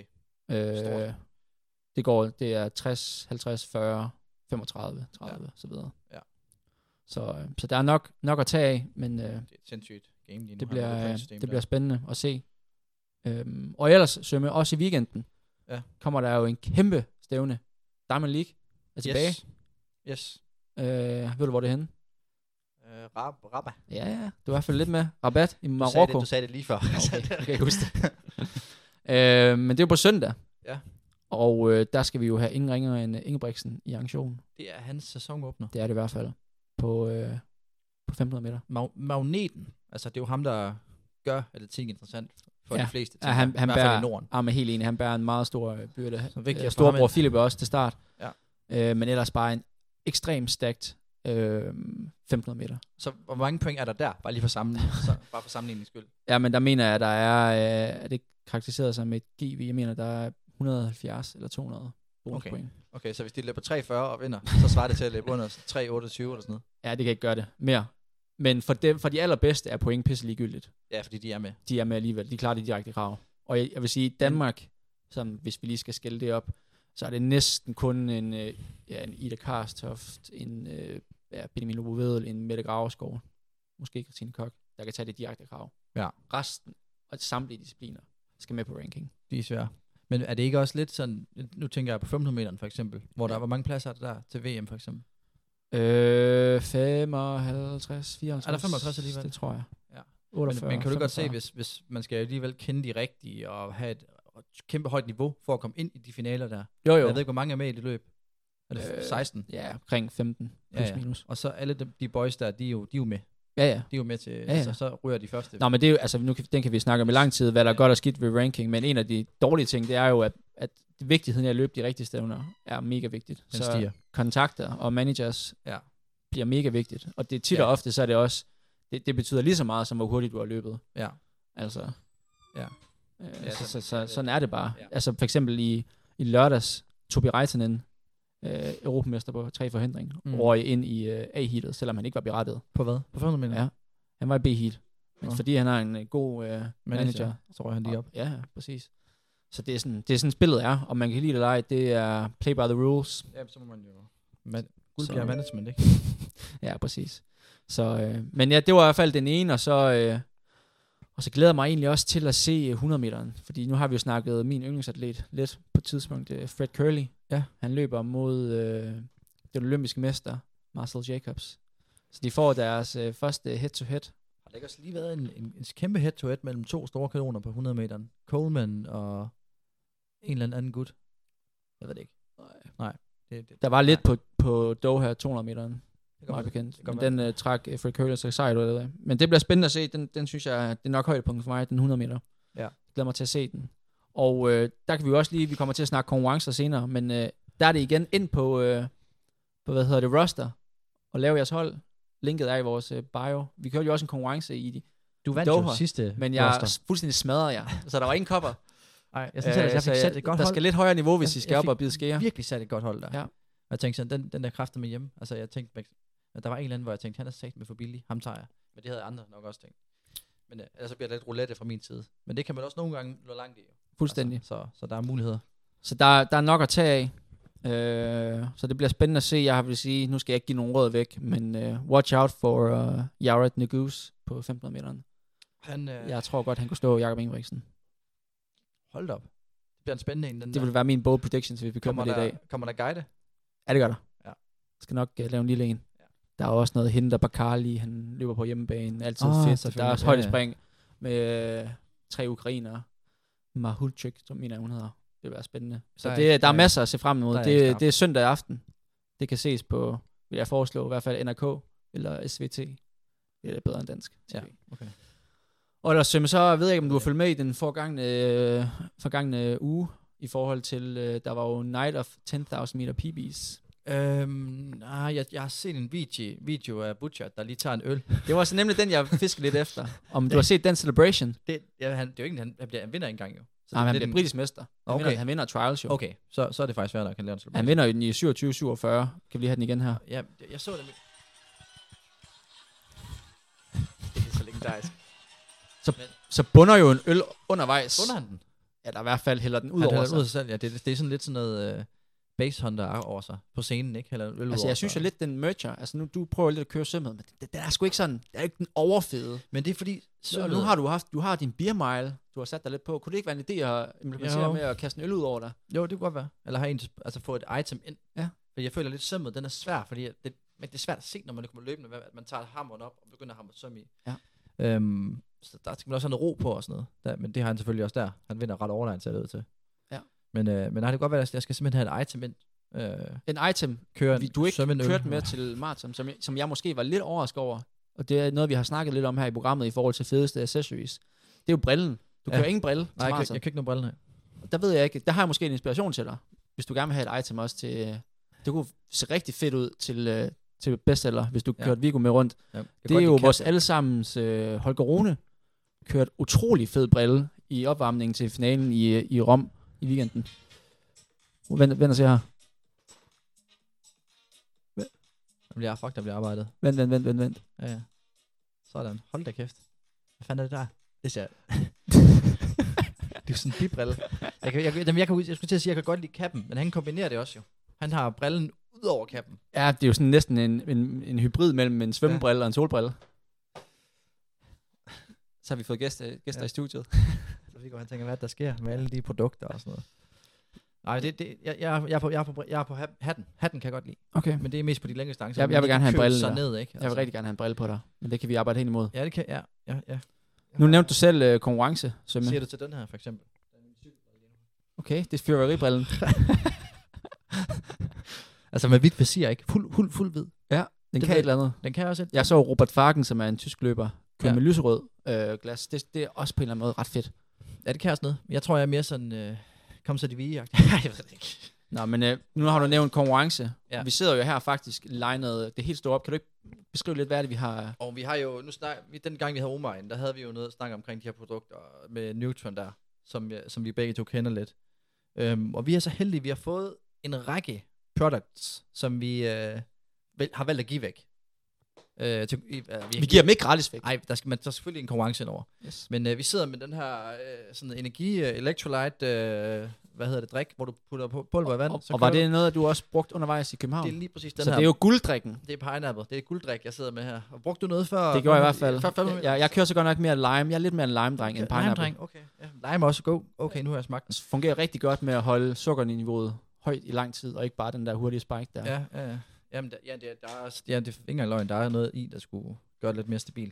Det er 60, 50, 40, 35, 30 så videre. Ja. Så der er nok at tage af, men det er et sindssygt game. Det bliver spændende at se. Og ellers, Sømme, også i weekenden, kommer der jo en kæmpe stævne. Diamond League er tilbage. Yes. Ved du, hvor det er henne? Rabat. Ja. Du er i hvert fald lidt med. Rabat i Marokko. Du sagde det lige før. Okay, jeg kan ikke huske det. Men det er jo på søndag. Ja. Og der skal vi jo have ingen ringere end Ingebrigtsen i aktion. Det er hans sæsonåbner. Det er det i hvert fald. På 1500 meter. Magneten. Altså, det er jo ham, der gør atletik interessant for de fleste. Ja, han bærer, i Norden. Er helt enig. Han bærer en meget stor byrde. Storbror Philip også til start. Ja. Men ellers bare en ekstremt stærkt 1500 meter. Så hvor mange point er der? Bare lige for sammenligningens skyld. Ja, men der mener jeg, at der er det karakteriseret som et GV. Jeg mener, der er 170 eller 200 bonuspoint. Okay, så hvis de løber 3,40 og vinder, så svarer det til at løbe under 3,28 eller sådan noget. Ja, det kan ikke gøre det mere. Men for de allerbedste er point pisse ligegyldigt. Ja, fordi de er med. De er med alligevel. De klarer de direkte krav. Og jeg vil sige, Danmark, som hvis vi lige skal skille det op, så er det næsten kun en Ida Karstoft, en Benjamin Lobovedel, en Mette Graverskov, måske Christine Koch, der kan tage det direkte krav. Ja. Resten og samtlige discipliner skal med på ranking. De er svære. Men er det ikke også lidt sådan, nu tænker jeg på 1500 meteren for eksempel, hvor mange pladser er der til VM for eksempel? 55, 54. Er der 55 alligevel? Det tror jeg. Ja. 48, men kan du godt se, hvis man skal alligevel kende de rigtige og have et kæmpe højt niveau for at komme ind i de finaler der? Jo. Jeg ved ikke, hvor mange er med i det løb. Er det 16? Ja, omkring 15 plus minus. Og så alle de boys der, de er jo med. Ja. De er jo med til, så ryger de første. Nå, men det er jo, altså, den kan vi snakke om i lang tid, hvad der er godt og skidt ved ranking, men en af de dårlige ting, det er jo, at vigtigheden af at løbe de rigtige stævner er mega vigtigt. Den stiger. Kontakter og managers bliver mega vigtigt. Og det tit og ofte, så er det også, det betyder lige så meget, som hvor hurtigt du har løbet. Ja. Altså. Ja. Sådan er det bare. Ja. Altså for eksempel i lørdags, Tobi Reitanen, europamester på 3 forhindring, røg ind i A-heatet, selvom han ikke var berettet. På hvad? På 500 meter? Ja. Han var i B-heat. Men fordi han har en god manager, så røg han lige op. Ja, præcis. Så det er sådan spillet er, og man kan lide det eller ej, det er play by the rules. Ja, så må man jo. Gud bliver management, ikke? Ja, præcis. Så, men ja, det var i hvert fald den ene, og så glæder jeg mig egentlig også til at se 100 meteren, fordi nu har vi jo snakket min yndlingsatlet lidt på et tidspunkt, Fred Curley. Ja. Han løber mod den olympiske mester, Marcel Jacobs. Så de får deres første head-to-head. Der har også lige været en kæmpe head-to-head mellem 2 store kanoner på 100 meter. Coleman og en eller anden gut. Jeg ved det ikke. Nej. Der var lidt på Doha 200 meteren. Meget bekendt. Men den trak Fred Curly så sejt ud af det. Men det bliver spændende at se. Den synes jeg, det er nok højdepunkt for mig, den 100 meter. Ja. Jeg glæder mig til at se den. Og der kan vi jo også lige, vi kommer til at snakke konkurrencer senere, men der er det igen ind på roster, og lave jeres hold. Linket er i vores bio. Vi kørte jo også en konkurrence i Du vandt Doha, jo sidste men jeg fuldstændig smadrede jer. Så der var ingen kopper. Nej, jeg synes jeg fik sat et godt hold. Der skal lidt højere niveau, hvis I skal op og bide skære. Virkelig sat et godt hold der. Ja. Og jeg tænkte sådan, den der kræfter med hjemme. Altså jeg tænkte, at der var en eller anden, hvor jeg tænkte, han er sagt med for billig, ham tager jeg. Men det havde andre nok også tænkt. Men så bliver det lidt roulette fra min side. Men det kan man også nogle gange nå langt i. Fuldstændig. Altså, så der er muligheder. Så der er nok at tage af. Så det bliver spændende at se. Jeg vil sige, nu skal jeg ikke give nogen råd væk, men watch out for Jared Nuguse på 1500 meteren. Jeg tror godt, han kunne slå Jakob Ingebrigtsen. Hold op. Det bliver en spændende en. Det vil være min bold predictions, hvis vi kører med det i dag. Kommer der guide? Ja, det gør der. Ja. Jeg skal nok lave en lille en. Ja. Der er også noget Hinder Bakali, han løber på hjemmebane, altid fedt. Der er også højdespring med 3 ukrainere. Mahulchik, som mener hun hedder. Det vil være spændende. Så der er masser at se frem mod. Det er søndag aften. Det kan ses på, vil jeg foreslå, i hvert fald NRK eller SVT. Det er bedre end dansk TV. Ja, okay. Og ellers, så ved jeg ikke, om du har fulgt med i den forgangne uge, i forhold til, der var jo Night of 10.000 meter PB's. Jeg har set en video af Butcher, der lige tager en øl. Det var så nemlig den, jeg fiskede lidt efter. Om du har set den celebration? Han vinder ikke engang jo. Så han bliver britisk mester. Han vinder trials jo. Okay, så er det faktisk værd, at han laver en celebration. Han vinder i 27-47. Kan vi lige have den igen her? Ja, jeg så det. Det er så legendarisk. Så bunder jo en øl undervejs. Bunder han den? Ja, der i hvert fald hælder den ud over sig. Selv. Ja, det er sådan lidt sådan noget base hunter over sig på scenen, ikke? Hælder øl altså, jeg synes jo lidt, den merger. Altså, nu du prøver lidt at køre sømmet, men den er sgu ikke sådan, det er ikke den overfede. Men det er fordi, nu har du har din beer mile, du har sat dig lidt på. Kunne det ikke være en idé at implementere med at kaste en øl ud over dig? Jo, det kunne godt være. Eller have få et item ind. Ja. Fordi jeg føler lidt sømmet, den er svær, fordi det er svært at se, når man kommer løbende, at man tager hammeren op og begynder at hamre søm i. Ja. Så der skal man også have noget ro på og sådan noget. Men det har han selvfølgelig også der. Han vinder ret overlegnet, ser det ud til. Ja. Men nej, det kan godt være, at jeg skal simpelthen have et item ind. En item, du ikke kørt med til maraton, som jeg måske var lidt overrasket over. Og det er noget, vi har snakket lidt om her i programmet i forhold til fedeste accessories. Det er jo brillen. Du kører ingen brille til maraton. Nej, jeg kører ikke nogen brille, nej. Der ved jeg ikke. Der har jeg måske en inspiration til dig. Hvis du gerne vil have et item også til... Det kunne se rigtig fedt ud til bestseller, hvis du kørte Viggo med rundt. Ja, det er jo vores allesammens Holger Rune kørt utrolig fed brille i opvarmningen til finalen i Rom i weekenden. Vent og se her. Der bliver arbejdet. Vent. Ja. Sådan. Hold da kæft. Hvad fanden er det der? Det ser... det er sådan en bibrille. Jeg skulle til at sige, at jeg kan godt lide kappen, men han kombinerer det også jo. Han har brillen ud over kappen. Ja, det er jo sådan næsten en hybrid mellem en svømmebrille og en solbrille. Så har vi fået gæster i studiet. Så vi går han tænker, hvad der sker med alle de produkter og sådan noget. Nej, jeg er på hatten. Hatten kan jeg godt lide. Okay. Men det er mest på de længere distancer. Jeg vil gerne have en brille der. Ned, ikke? Jeg vil rigtig gerne have en brille på dig. Men det kan vi arbejde hen imod. Ja, det kan ja. Nu nævnte du selv konkurrence. Siger du til den her, for eksempel? Okay, det er fyrværkeribrillen. Altså med hvidt visir, ikke? Fuld hvid. Ja, den kan et eller andet. Den kan også et... Jeg så Robert Fagen, som er en tysk løber, køre med lyserød glas. Det er også på en eller anden måde ret fedt. Ja, det kan også noget. Jeg tror, jeg er mere sådan... kom så de vige-jagt. Jeg ved det ikke. Nå, men nu har du nævnt konkurrence. Ja. Vi sidder jo her faktisk legnet det helt store op. Kan du ikke beskrive lidt, hvad det vi har... Og vi har jo... Den gang vi havde Omar ind, der havde vi jo noget at snakke omkring de her produkter med Neutron der, som vi begge to kender lidt. Og vi er så heldige, vi har fået en række products, som vi har valgt at give væk. Vi giver dem ikke gratis væk. Nej, der er selvfølgelig en konkurrence over. Yes. Men vi sidder med den her sådan energi electrolyte drik, hvor du putter på pulver i vand. Og var det noget, du også brugt undervejs i København? Det er lige præcis den så her. Så det er jo gulddrikken. Det er pineapple. Det er gulddrik, jeg sidder med her. Og brugte du noget før? Det gjorde jeg i hvert fald. Jeg kører så godt nok mere lime. Jeg er lidt mere en lime-dreng end pineapple. Lime-dreng, okay. Ja, lime også go. Okay, nu har jeg smagt den. Det fungerer rigtig godt med at holde sukkerniveauet højt i lang tid, og ikke bare den der hurtige spike der. Ja. Jamen, det er ikke engang løgn. Der er noget i, der skulle gøre det lidt mere stabilt.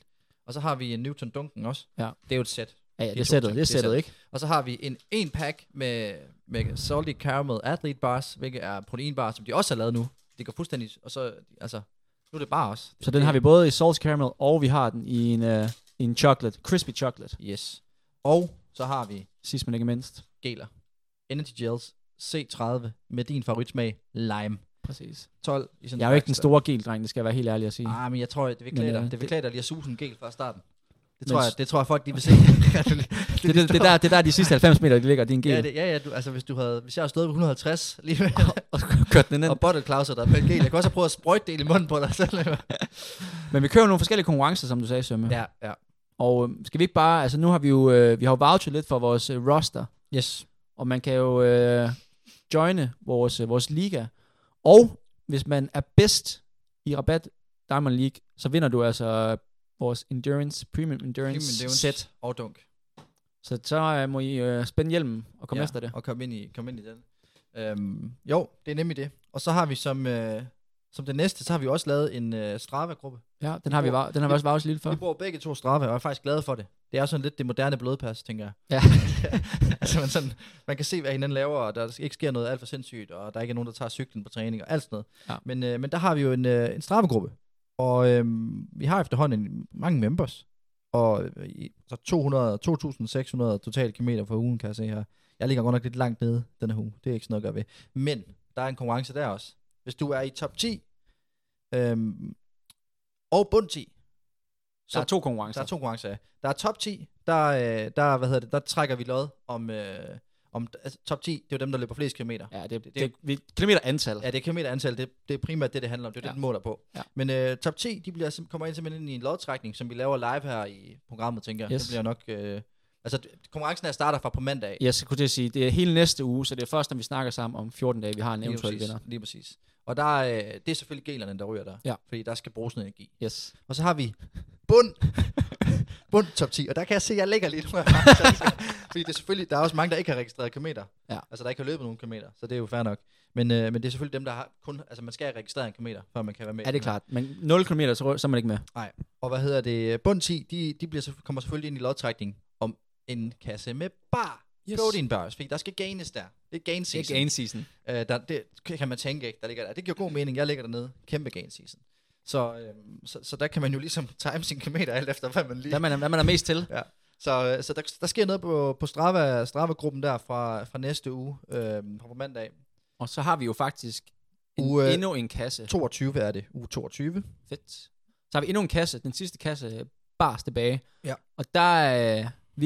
Og så har vi en Newton Duncan også. Ja. Det er jo et sæt. Ja, det er sættet, ikke? Og så har vi en pack med Salty Caramel Athlete Bars, hvilket er proteinbars, som de også har lavet nu. Det går fuldstændig, og så, altså, nu er det bare også. Så den har vi både i Salty Caramel, og vi har den i en chocolate, crispy chocolate. Yes. Og så har vi, sidst men ikke mindst, geler. Energy Gels C30 med din favoritsmag, lime. Præcis. 12 i sådan. Jeg er jo ikke den store gel-dreng, det skal jeg være helt ærlig at sige. Men jeg tror, det vil klæde dig. Det vil klæde dig lige at suge en gel fra starten. Det tror jeg folk, de vil se. det er der de sidste 90 meter, de ligger, din gel. Hvis jeg havde stået ved 150 lige og kørt den ind. Og bottle-klauser der med en gel. Jeg kan også have prøvet at sprøjte det i munden på dig selv. Men vi kører nogle forskellige konkurrencer, som du sagde, Sømme. Ja. Og skal vi ikke bare, altså nu har vi jo vouchet lidt for vores roster. Yes. Og man kan jo joine vores liga. Og hvis man er bedst i Rabat Diamond League, så vinder du altså vores Premium Endurance set. Og dunk. Så må I spænde hjelmen og komme efter det. Og komme ind i den. Jo, det er nemlig det. Og så har vi som det næste, så har vi også lavet en Strava-gruppe. Ja, den har vi også vouchet lidt for. Vi bruger begge to Strava, og jeg er faktisk glad for det. Det er sådan lidt det moderne blodpas, tænker jeg. Ja. Altså man kan se, hvad hinanden laver, og der ikke sker noget alt for sindssygt, og der ikke er nogen, der tager cyklen på træning og alt sådan noget. Ja. Men der har vi jo en Strava-gruppe. Og vi har efterhånden mange members. Og så 2.600 totale kilometer for ugen, kan jeg se her. Jeg ligger godt nok lidt langt nede denne uge. Det er ikke sådan noget at gøre ved. Men der er en konkurrence der også. Hvis du er i top 10 og bund 10. Så der er 2 konkurrencer. Der er 2 konkurrencer, ja. Der er top 10. Der trækker vi lod om altså, top 10, det er jo dem, der løber flest kilometer. Ja, det er kilometerantal. Ja, det er kilometerantal. Det er primært det handler om. Det er det, den måler på. Ja. Men top 10, de kommer ind simpelthen ind i en lodtrækning, som vi laver live her i programmet, tænker jeg. Yes. Det bliver nok... altså, konkurrencen her starter fra på mandag. Jeg skulle til at sige, det er hele næste uge, så det er først, når vi snakker sammen om 14 dage, vi har en eventuel vinder. Lige præcis. Og det er selvfølgelig gelerne, der ryger der. Ja. Fordi der skal bruges noget energi. Yes. Og så har vi bund top 10. Og der kan jeg se, at jeg ligger lidt. Fordi det er selvfølgelig, der er også mange, der ikke har registreret kilometer. Ja. Altså, der ikke har løbet nogen kilometer. Så det er jo fair nok. Men det er selvfølgelig dem, der har kun... Altså, man skal registrere en kilometer, før man kan være med. Ja, det er klart. Men 0 kilometer, så er man ikke med. Nej. Og bund 10, de kommer selvfølgelig ind i lodtrækning om en kasse med protein bars, fordi der skal gaines der. Det er gain season. Det er gain season. Det kan man tænke ikke, der ligger der. Det giver god mening. Jeg ligger dernede. Kæmpe gain season. Så der kan man jo ligesom time sin kilometer alt efter, hvad man lige... Hvad man er mest til. Ja. Så der sker noget på Strava-gruppen der fra næste uge, på mandag. Og så har vi jo faktisk endnu en kasse. 22 er det. Uge 22. Fedt. Så har vi endnu en kasse. Den sidste kasse bars tilbage. Ja. Og der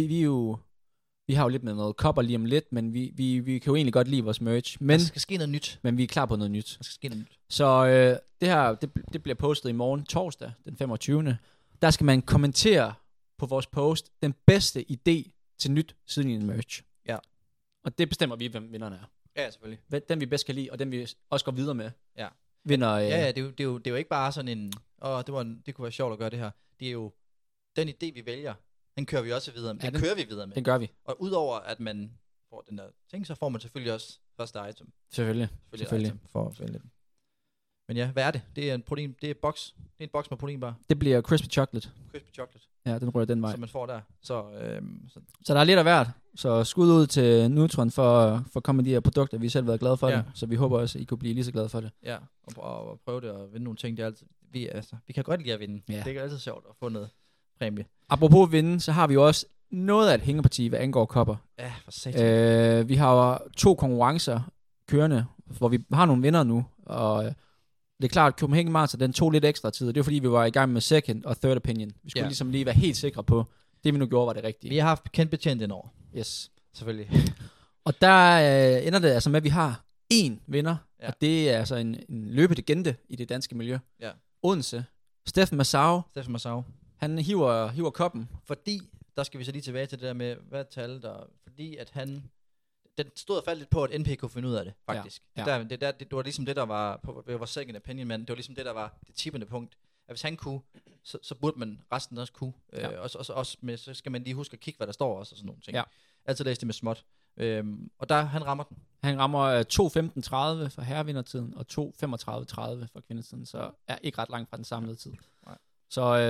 vi har jo lidt med noget kopper lige om lidt, men vi kan jo egentlig godt lide vores merch. Men, der skal ske noget nyt. Men vi er klar på noget nyt. Der skal ske noget nyt. Så det her, det bliver postet i morgen, torsdag, den 25. Der skal man kommentere på vores post den bedste idé til nyt siden i en merch. Ja. Og det bestemmer vi, hvem vinderne er. Ja, selvfølgelig. Den vi bedst kan lide, og den vi også går videre med. Ja. Vinder. Ja, det er jo ikke bare sådan en, det kunne være sjovt at gøre det her. Det er jo den idé, vi vælger. Den kører vi også videre med. Den kører vi videre med. Den gør vi. Og udover at man får den der ting, så får man selvfølgelig også første item. Selvfølgelig. Item for at vælge den. Men ja, hvad er det? Det er en protein, det er en boks med proteinbar. Det bliver crispy chocolate. Crispy chocolate. Ja, den rører den vej. Som man får der. Så der er lidt af hvert. Så skud ud til Nutron for at komme med de her produkter. Vi har selv været glade for det. Så vi håber også, at I kunne blive lige så glade for det. Ja, og prøve det og vinde nogle ting. Det er altid, vi kan godt lide at vinde. Ja. Det er altid sjovt at få noget præmie. Apropos vinde, så har vi jo også noget af et hængeparti, hvad angår kopper. Ja, for satan. Vi har jo 2 konkurrencer kørende, hvor vi har nogle vinder nu, og det er klart, at Copenhagen Marathon, den tog lidt ekstra tid, og det er fordi, vi var i gang med second og third opinion. Vi skulle ligesom lige være helt sikre på, det vi nu gjorde var det rigtige. Vi har haft kendt betjent ind over. Yes. Selvfølgelig. Og der ender det altså med, at vi har 1 vinder, og det er altså en løbelegende i det danske miljø. Ja. Odense. Steffen Massau. Han hiver koppen. Fordi, der skal vi så lige tilbage til det der med, hvad tal der... Fordi at den stod og faldt lidt på, at NP kunne finde ud af det, faktisk. Ja. Det var ligesom det, der var på vores second opinion, men det var ligesom det, der var det tippende punkt. At hvis han kunne, så burde man resten også kunne. Også med, så skal man lige huske at kigge, hvad der står også, og sådan nogle ting. Ja. Altid læse det med småt. Og han rammer den. Han rammer 2.15.30 for herrevindertiden, og 2.35.30 for kvindertiden, så er ikke ret langt fra den samlede tid. Nej. Så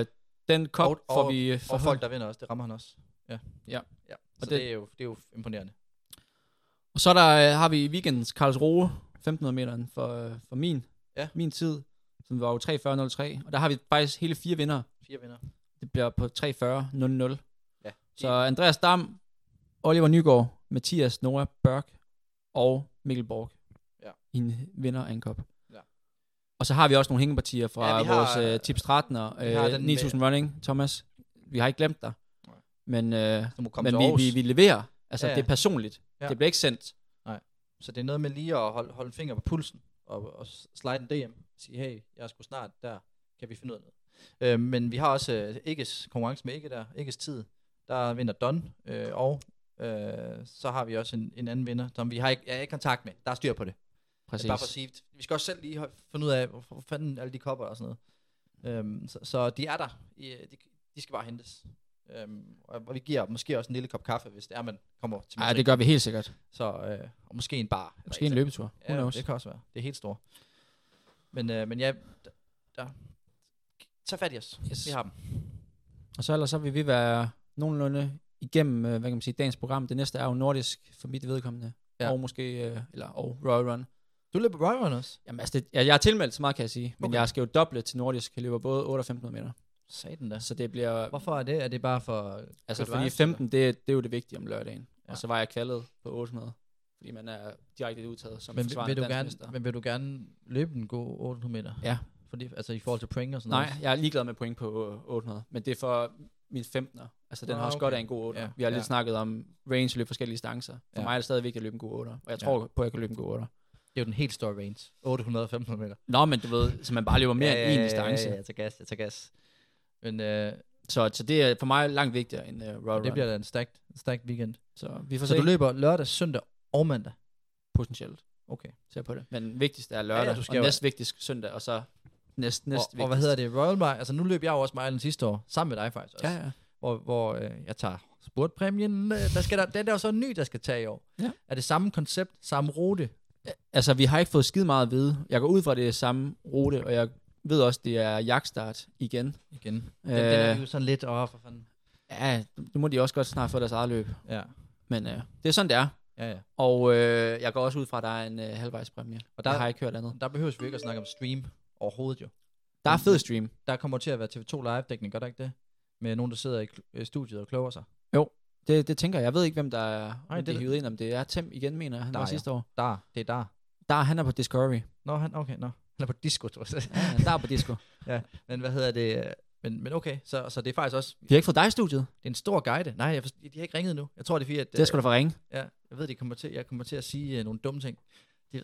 den kop får vi... Og folk, der vinder også, det rammer han også. Ja. Så det er jo imponerende. Og så har vi i weekendens Karlsruhe, 1500 meter for min tid, som var jo 3:40.03. Og der har vi faktisk hele 4 vindere. 4 vinder. Det bliver på 3:40.00. Ja. Så Andreas Dam, Oliver Nygaard, Mathias Noah Børk og Mikkel Borg. Ja. I en vinder af en kop. Ja. Og så har vi også nogle hængepartier fra vores Tips 13 og 9000 Running, Thomas. Vi har ikke glemt dig. Men vi leverer. Altså, det er personligt. Ja. Det bliver ikke sendt. Nej. Så det er noget med lige at holde en finger på pulsen og slide en DM. Sige, hey, jeg er sgu snart der. Kan vi finde ud af noget? Men vi har også Ikes konkurrence med Ikke der. Ikes tid. Der vinder Don. Og så har vi også en anden vinder, som vi har ikke i kontakt med. Der er styr på det. Præcis. Bare for at sige, vi skal også selv lige finde ud af, hvor fanden alle de kopper og sådan noget. Så de er der. De skal bare hentes. Og vi giver måske også en lille kop kaffe, hvis det er, man kommer til. Ja, det gør vi helt sikkert. Så og måske en bar. Måske en løbetur. Ja, det kan også være. Det er helt stort. Men ja, der tag fat i os. Yes. Vi har dem. Og så ellers så vil vi være nogenlunde igennem, hvad kan man sige, dagens program. Det næste er jo nordisk for mit vedkommende. Ja. Og måske, og Royal Run. Du løber Royal Run også? Jamen altså, jeg er tilmeldt, så meget kan jeg sige. Men jeg skal jo doble til nordisk. Jeg løber både 8 og 1500 meter. Satan da. Så det bliver... Hvorfor er det? Er det bare for... Altså fordi 15, det er jo det vigtige om lørdagen. Ja. Og så var jeg kvalet på 800. Fordi man er direkte udtaget som forsvarende dansk mester. Men vil du gerne løbe en god 800 meter? Ja. Fordi, altså i forhold til point og sådan noget? Nej, jeg er ligeglad med point på 800. Men det er for min 15'er. Altså den har også godt af en god 8'er. Ja. Vi har lidt snakket om range og løbe forskellige distancer. For mig er det stadig vigtigt at løbe en god 8'er. Og jeg tror på, at jeg kan løbe en god 8'er. Det er jo den helt store range. 800-1500 meter. Nå, men du ved, så man bare løber mere end en distance. Ja, jeg tager gas. Men, så det er for mig langt vigtigere end Royal Run. Det bliver da en stacked weekend. Så vi får se. Du løber lørdag, søndag og mandag? Potentielt. Okay. Ser på det. Men vigtigst er lørdag, og næst vigtigst søndag, og så næst vigtigst. Og hvad hedder det? Royal Mile? Altså nu løb jeg jo også Milen sidste år, sammen med dig faktisk også. Ja. Hvor jeg tager spurtpræmien. Den er jo så ny, der skal tage i år. Ja. Er det samme koncept, samme rute? Altså vi har ikke fået skide meget at vide. Jeg går ud fra, det er samme rute, og jeg ved også, det er jagtstart igen. Den er jo sådan lidt, for fanden. Ja, nu må de også godt snart få deres eget løb. Ja. Men det er sådan, det er. Ja. Og jeg går også ud fra, at der er en halvvejspræmie. Og der har jeg ikke hørt andet. Der behøves vi ikke at snakke om stream overhovedet jo. Der er fed stream. Der kommer til at være TV2 live-dækning, gør der ikke det? Med nogen, der sidder i studiet og kloger sig. Jo, det tænker jeg. Jeg ved ikke, hvem der er hivet ind, om det er Tim igen, mener han var sidste år. Det er Der, han er på Discovery. Nå. Han er på disco, tror jeg. Ja, der er på disco. Ja, men hvad hedder det? Men okay, så det er faktisk også... Vi har ikke fået dig i studiet. Det er en stor guide. Nej, de har ikke ringet nu. Jeg tror, det er fordi, at... Det skal du få ringe. Ja, jeg ved, jeg kommer til at sige nogle dumme ting. Det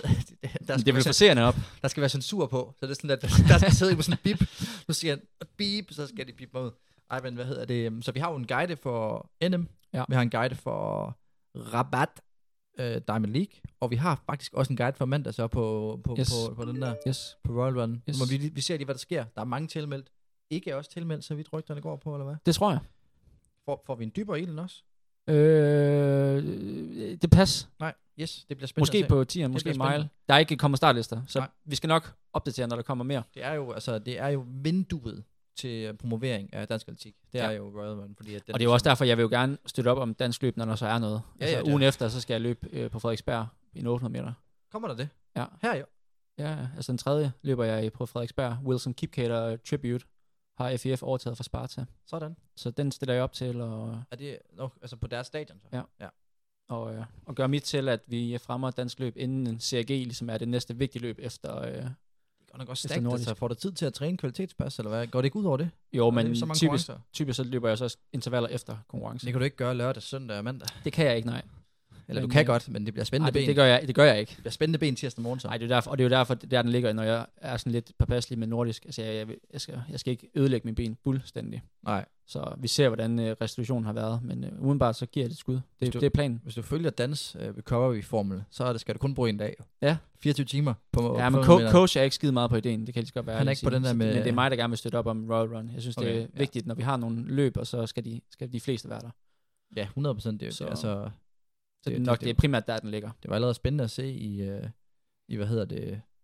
vil forserende op. Der skal være censur på, så det er sådan, at der skal sidde på sådan en bip. Nu siger han, bip, så skal de bippe mig ud. Ej, men hvad hedder det? Så vi har jo en guide for NM. Ja. Vi har en guide for Rabat Diamond League. Og vi har faktisk også en guide for mandag så på den der. Yes. På Royal Run. Yes. Vi ser lige, hvad der sker. Der er mange tilmeldt. Ikke er også tilmeldt, så vidt rygterne går på, eller hvad? Det tror jeg. Får vi en dybere i den også? Det passer. Nej, yes, det bliver spændende. Måske på 10'eren, måske mile. Der er ikke kommet startlister, så vi skal nok opdatere, når der kommer mere. Det er jo vinduet til promovering af dansk atletik. Det er jo Royal Run, fordi at og det er jo også derfor, jeg vil jo gerne støtte op om dansk løb, når der så er noget. Ugen efter, så skal jeg løbe på Frederiksberg i 800 meter. Kommer der det? Ja. Her jo? Ja, altså den tredje løber jeg på Frederiksberg. Wilson Kipketer Tribute har FIF overtaget fra Sparta. Sådan. Så den stiller jeg op til. Og er det altså på deres stadion? Så? Ja. Og gør mit til, at vi fremmer dansk løb inden en CRG, ligesom er det næste vigtige løb efter det går nok også stærkt, altså får du tid til at træne kvalitetspas, eller hvad? Går det ikke ud over det? Jo, men typisk så løber jeg så intervaller efter konkurrencen. Det kan du ikke gøre lørdag, søndag og mandag. Det kan jeg ikke, nej. Eller du kan godt, men det bliver spændende ben. Det gør jeg ikke. Det bliver spændende ben tirsdag morgen så. Nej, det er derfor, og det er jo derfor, der den ligger, når jeg er sådan lidt påpasselig med nordisk. Altså, jeg skal ikke ødelægge mine ben fuldstændig. Nej. Så vi ser, hvordan restitutionen har været, men udenbart så giver jeg det et skud. Det er planen. Hvis du følger dans recovery-formel, så skal du kun bruge en dag. Ja. 24 timer på. Ja, men coach er ikke skide meget på ideen. Det kan lige godt være. Han er ikke på den der med. Men det er mig, der gerne vil støtte op om Royal Run. Jeg synes, det er vigtigt, når vi har nogle løb, og så skal de fleste være der. Ja, 100%. Det er altså. Så det er primært der, den ligger. Det var allerede spændende at se i hvad hedder det,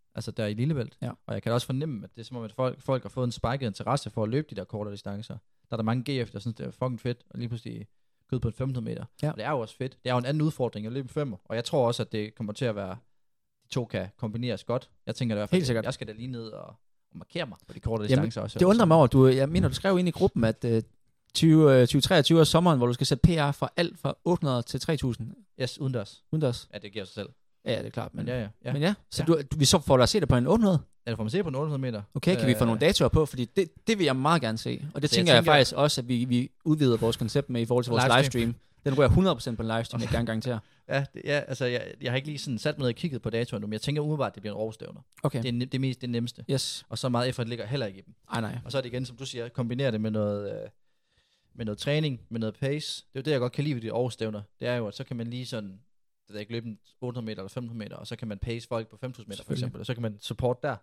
Altså der i Lillebælt. Ja. Og jeg kan også fornemme, at det er som om, at folk har fået en spiket interesse for at løbe de der kortere distancer. Der er der mange GF, der synes, det er fucking fedt, og lige pludselig gå ud på en 1500 meter. Ja. Og det er jo også fedt. Det er jo en anden udfordring at løbe 5. Og jeg tror også, at det kommer til at være, de to kan kombineres godt. Jeg tænker i hvert fald, at jeg skal da lige ned og markere mig på de kortere distancer også. Det undrer mig over, jeg mener, du skrev ind i gruppen, at 2023 er sommeren, hvor du skal sætte PR fra alt fra 800 til 3000. Yes, udendørs. Udendørs. Ja, det giver sig selv. Ja, det er klart. Men ja. Men ja, så vi så får dig at se det på en 800? Ja, det får man se på en 800 meter. Okay, kan vi få nogle datoer på? Fordi det vil jeg meget gerne se. Og det tænker jeg faktisk også, at vi udvider vores koncept med i forhold til vores livestream. Den rører 100% på en livestream, jeg gerne garanterer. Ja, altså jeg har ikke lige sådan sat mig ned og kigget på datoen nu, men jeg tænker umiddelbart, at det bliver en Aarhus-stævner. Okay. Det er det nemmeste. Yes. Og så meget effort ligger heller ikke i dem. Nej. Og så er det igen, som du siger, kombinere det med noget træning, med noget pace. Det er jo det, jeg godt kan lide ved de Aarhus-stævner. Det er jo, at så kan man lige sådan, det er ikke løbe 800 meter eller 500 meter, og så kan man pace folk på 5000 meter for eksempel, og så kan man support der.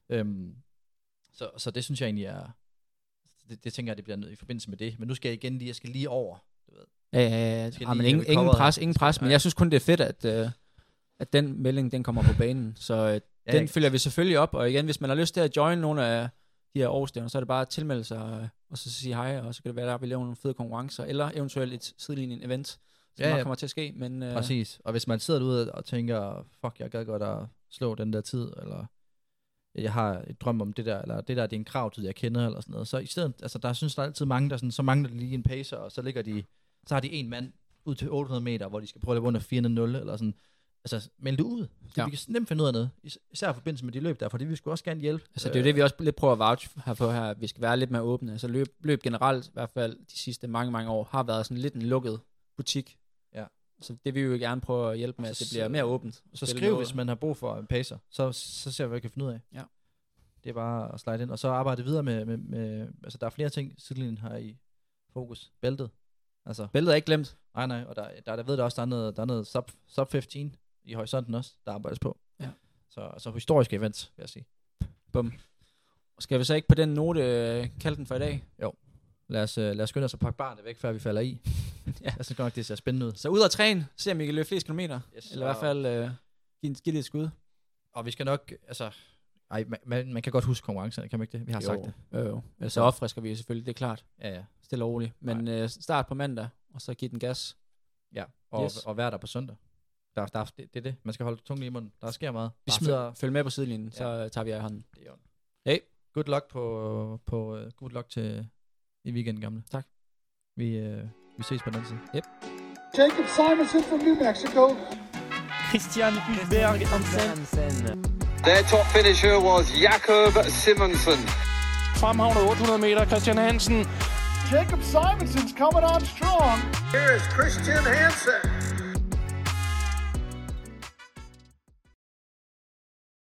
Så det synes jeg egentlig er, det tænker jeg, det bliver noget i forbindelse med det. Men nu skal jeg igen jeg skal lige over. Du ved. Ja, men ingen pres, men jeg synes kun, det er fedt, at den melding, den kommer på banen. Så den følger vi selvfølgelig op, og igen, hvis man har lyst til at join nogle af de her årsstævner, så er det bare at tilmelde sig, og så sige hej, og så kan det være, at vi laver nogle fede konkurrencer, eller eventuelt et sidelinjen event, som nok kommer til at ske. Men, præcis, og hvis man sidder derude og tænker, fuck, jeg gad godt at slå den der tid, eller jeg har et drøm om det der, eller det der, det er en kravtid, jeg kender, eller sådan noget, så i stedet, altså der synes der er altid mange, der sådan, så mangler de lige en pacer, og så har de en mand ud til 800 meter, hvor de skal prøve at løbe under 400, eller sådan. Altså, meld det ud. Så vi kan nemt finde ud af noget. Især i forbindelse med de løb der, fordi vi skulle også gerne hjælpe. Altså, det er jo det, vi også lidt prøver at vouch her på her. Vi skal være lidt mere åbne. Altså, løb generelt, i hvert fald de sidste mange år, har været sådan lidt en lukket butik. Ja. Så det vil vi jo gerne prøve at hjælpe med, at det bliver mere åbent. Så skriv, hvis man har brug for en pacer. Så ser vi, hvad vi kan finde ud af. Ja. Det er bare at slide ind. Og så arbejde videre med altså, der er flere ting, sidelinjen har i fokus. Bæltet. Altså, bæltet er ikke glemt. Nej, og der ved jeg også, der er noget sub 15 i horisonten også, der arbejdes på. Ja. Så historiske events, vil jeg sige. Bum. Skal vi så ikke på den note kalde den for i dag? Jo. Lad os skynde os at pakke barnet væk, før vi falder i. Ja. Jeg synes godt nok, det ser spændende ud. Så ud og træne, se om vi kan løbe flest kilometer. Yes, eller i hvert fald give det et skud. Og vi skal nok, altså... man kan godt huske konkurrencerne, kan man ikke det? Vi har sagt det. Jo. Så opfrisker vi selvfølgelig, det er klart. Ja. Stille og roligt. Men start på mandag, og så give den gas. Ja, og vær der på søndag. Det er det. Man skal holde tungen i munden. Der sker meget. Vi smider... Følg med på sidelinjen, så tager vi af hånden. Det er jo. Hey. Good luck til i weekenden, gamle. Tak. Vi ses på den anden side. Yep. Jacob Simonson from New Mexico. Christian Hulberg Hansen. Their top finisher was Jakob Simonsen. Fremhavnet 800 meter, Christian Hansen. Jacob Simonson's coming on strong. Here is Christian Hansen.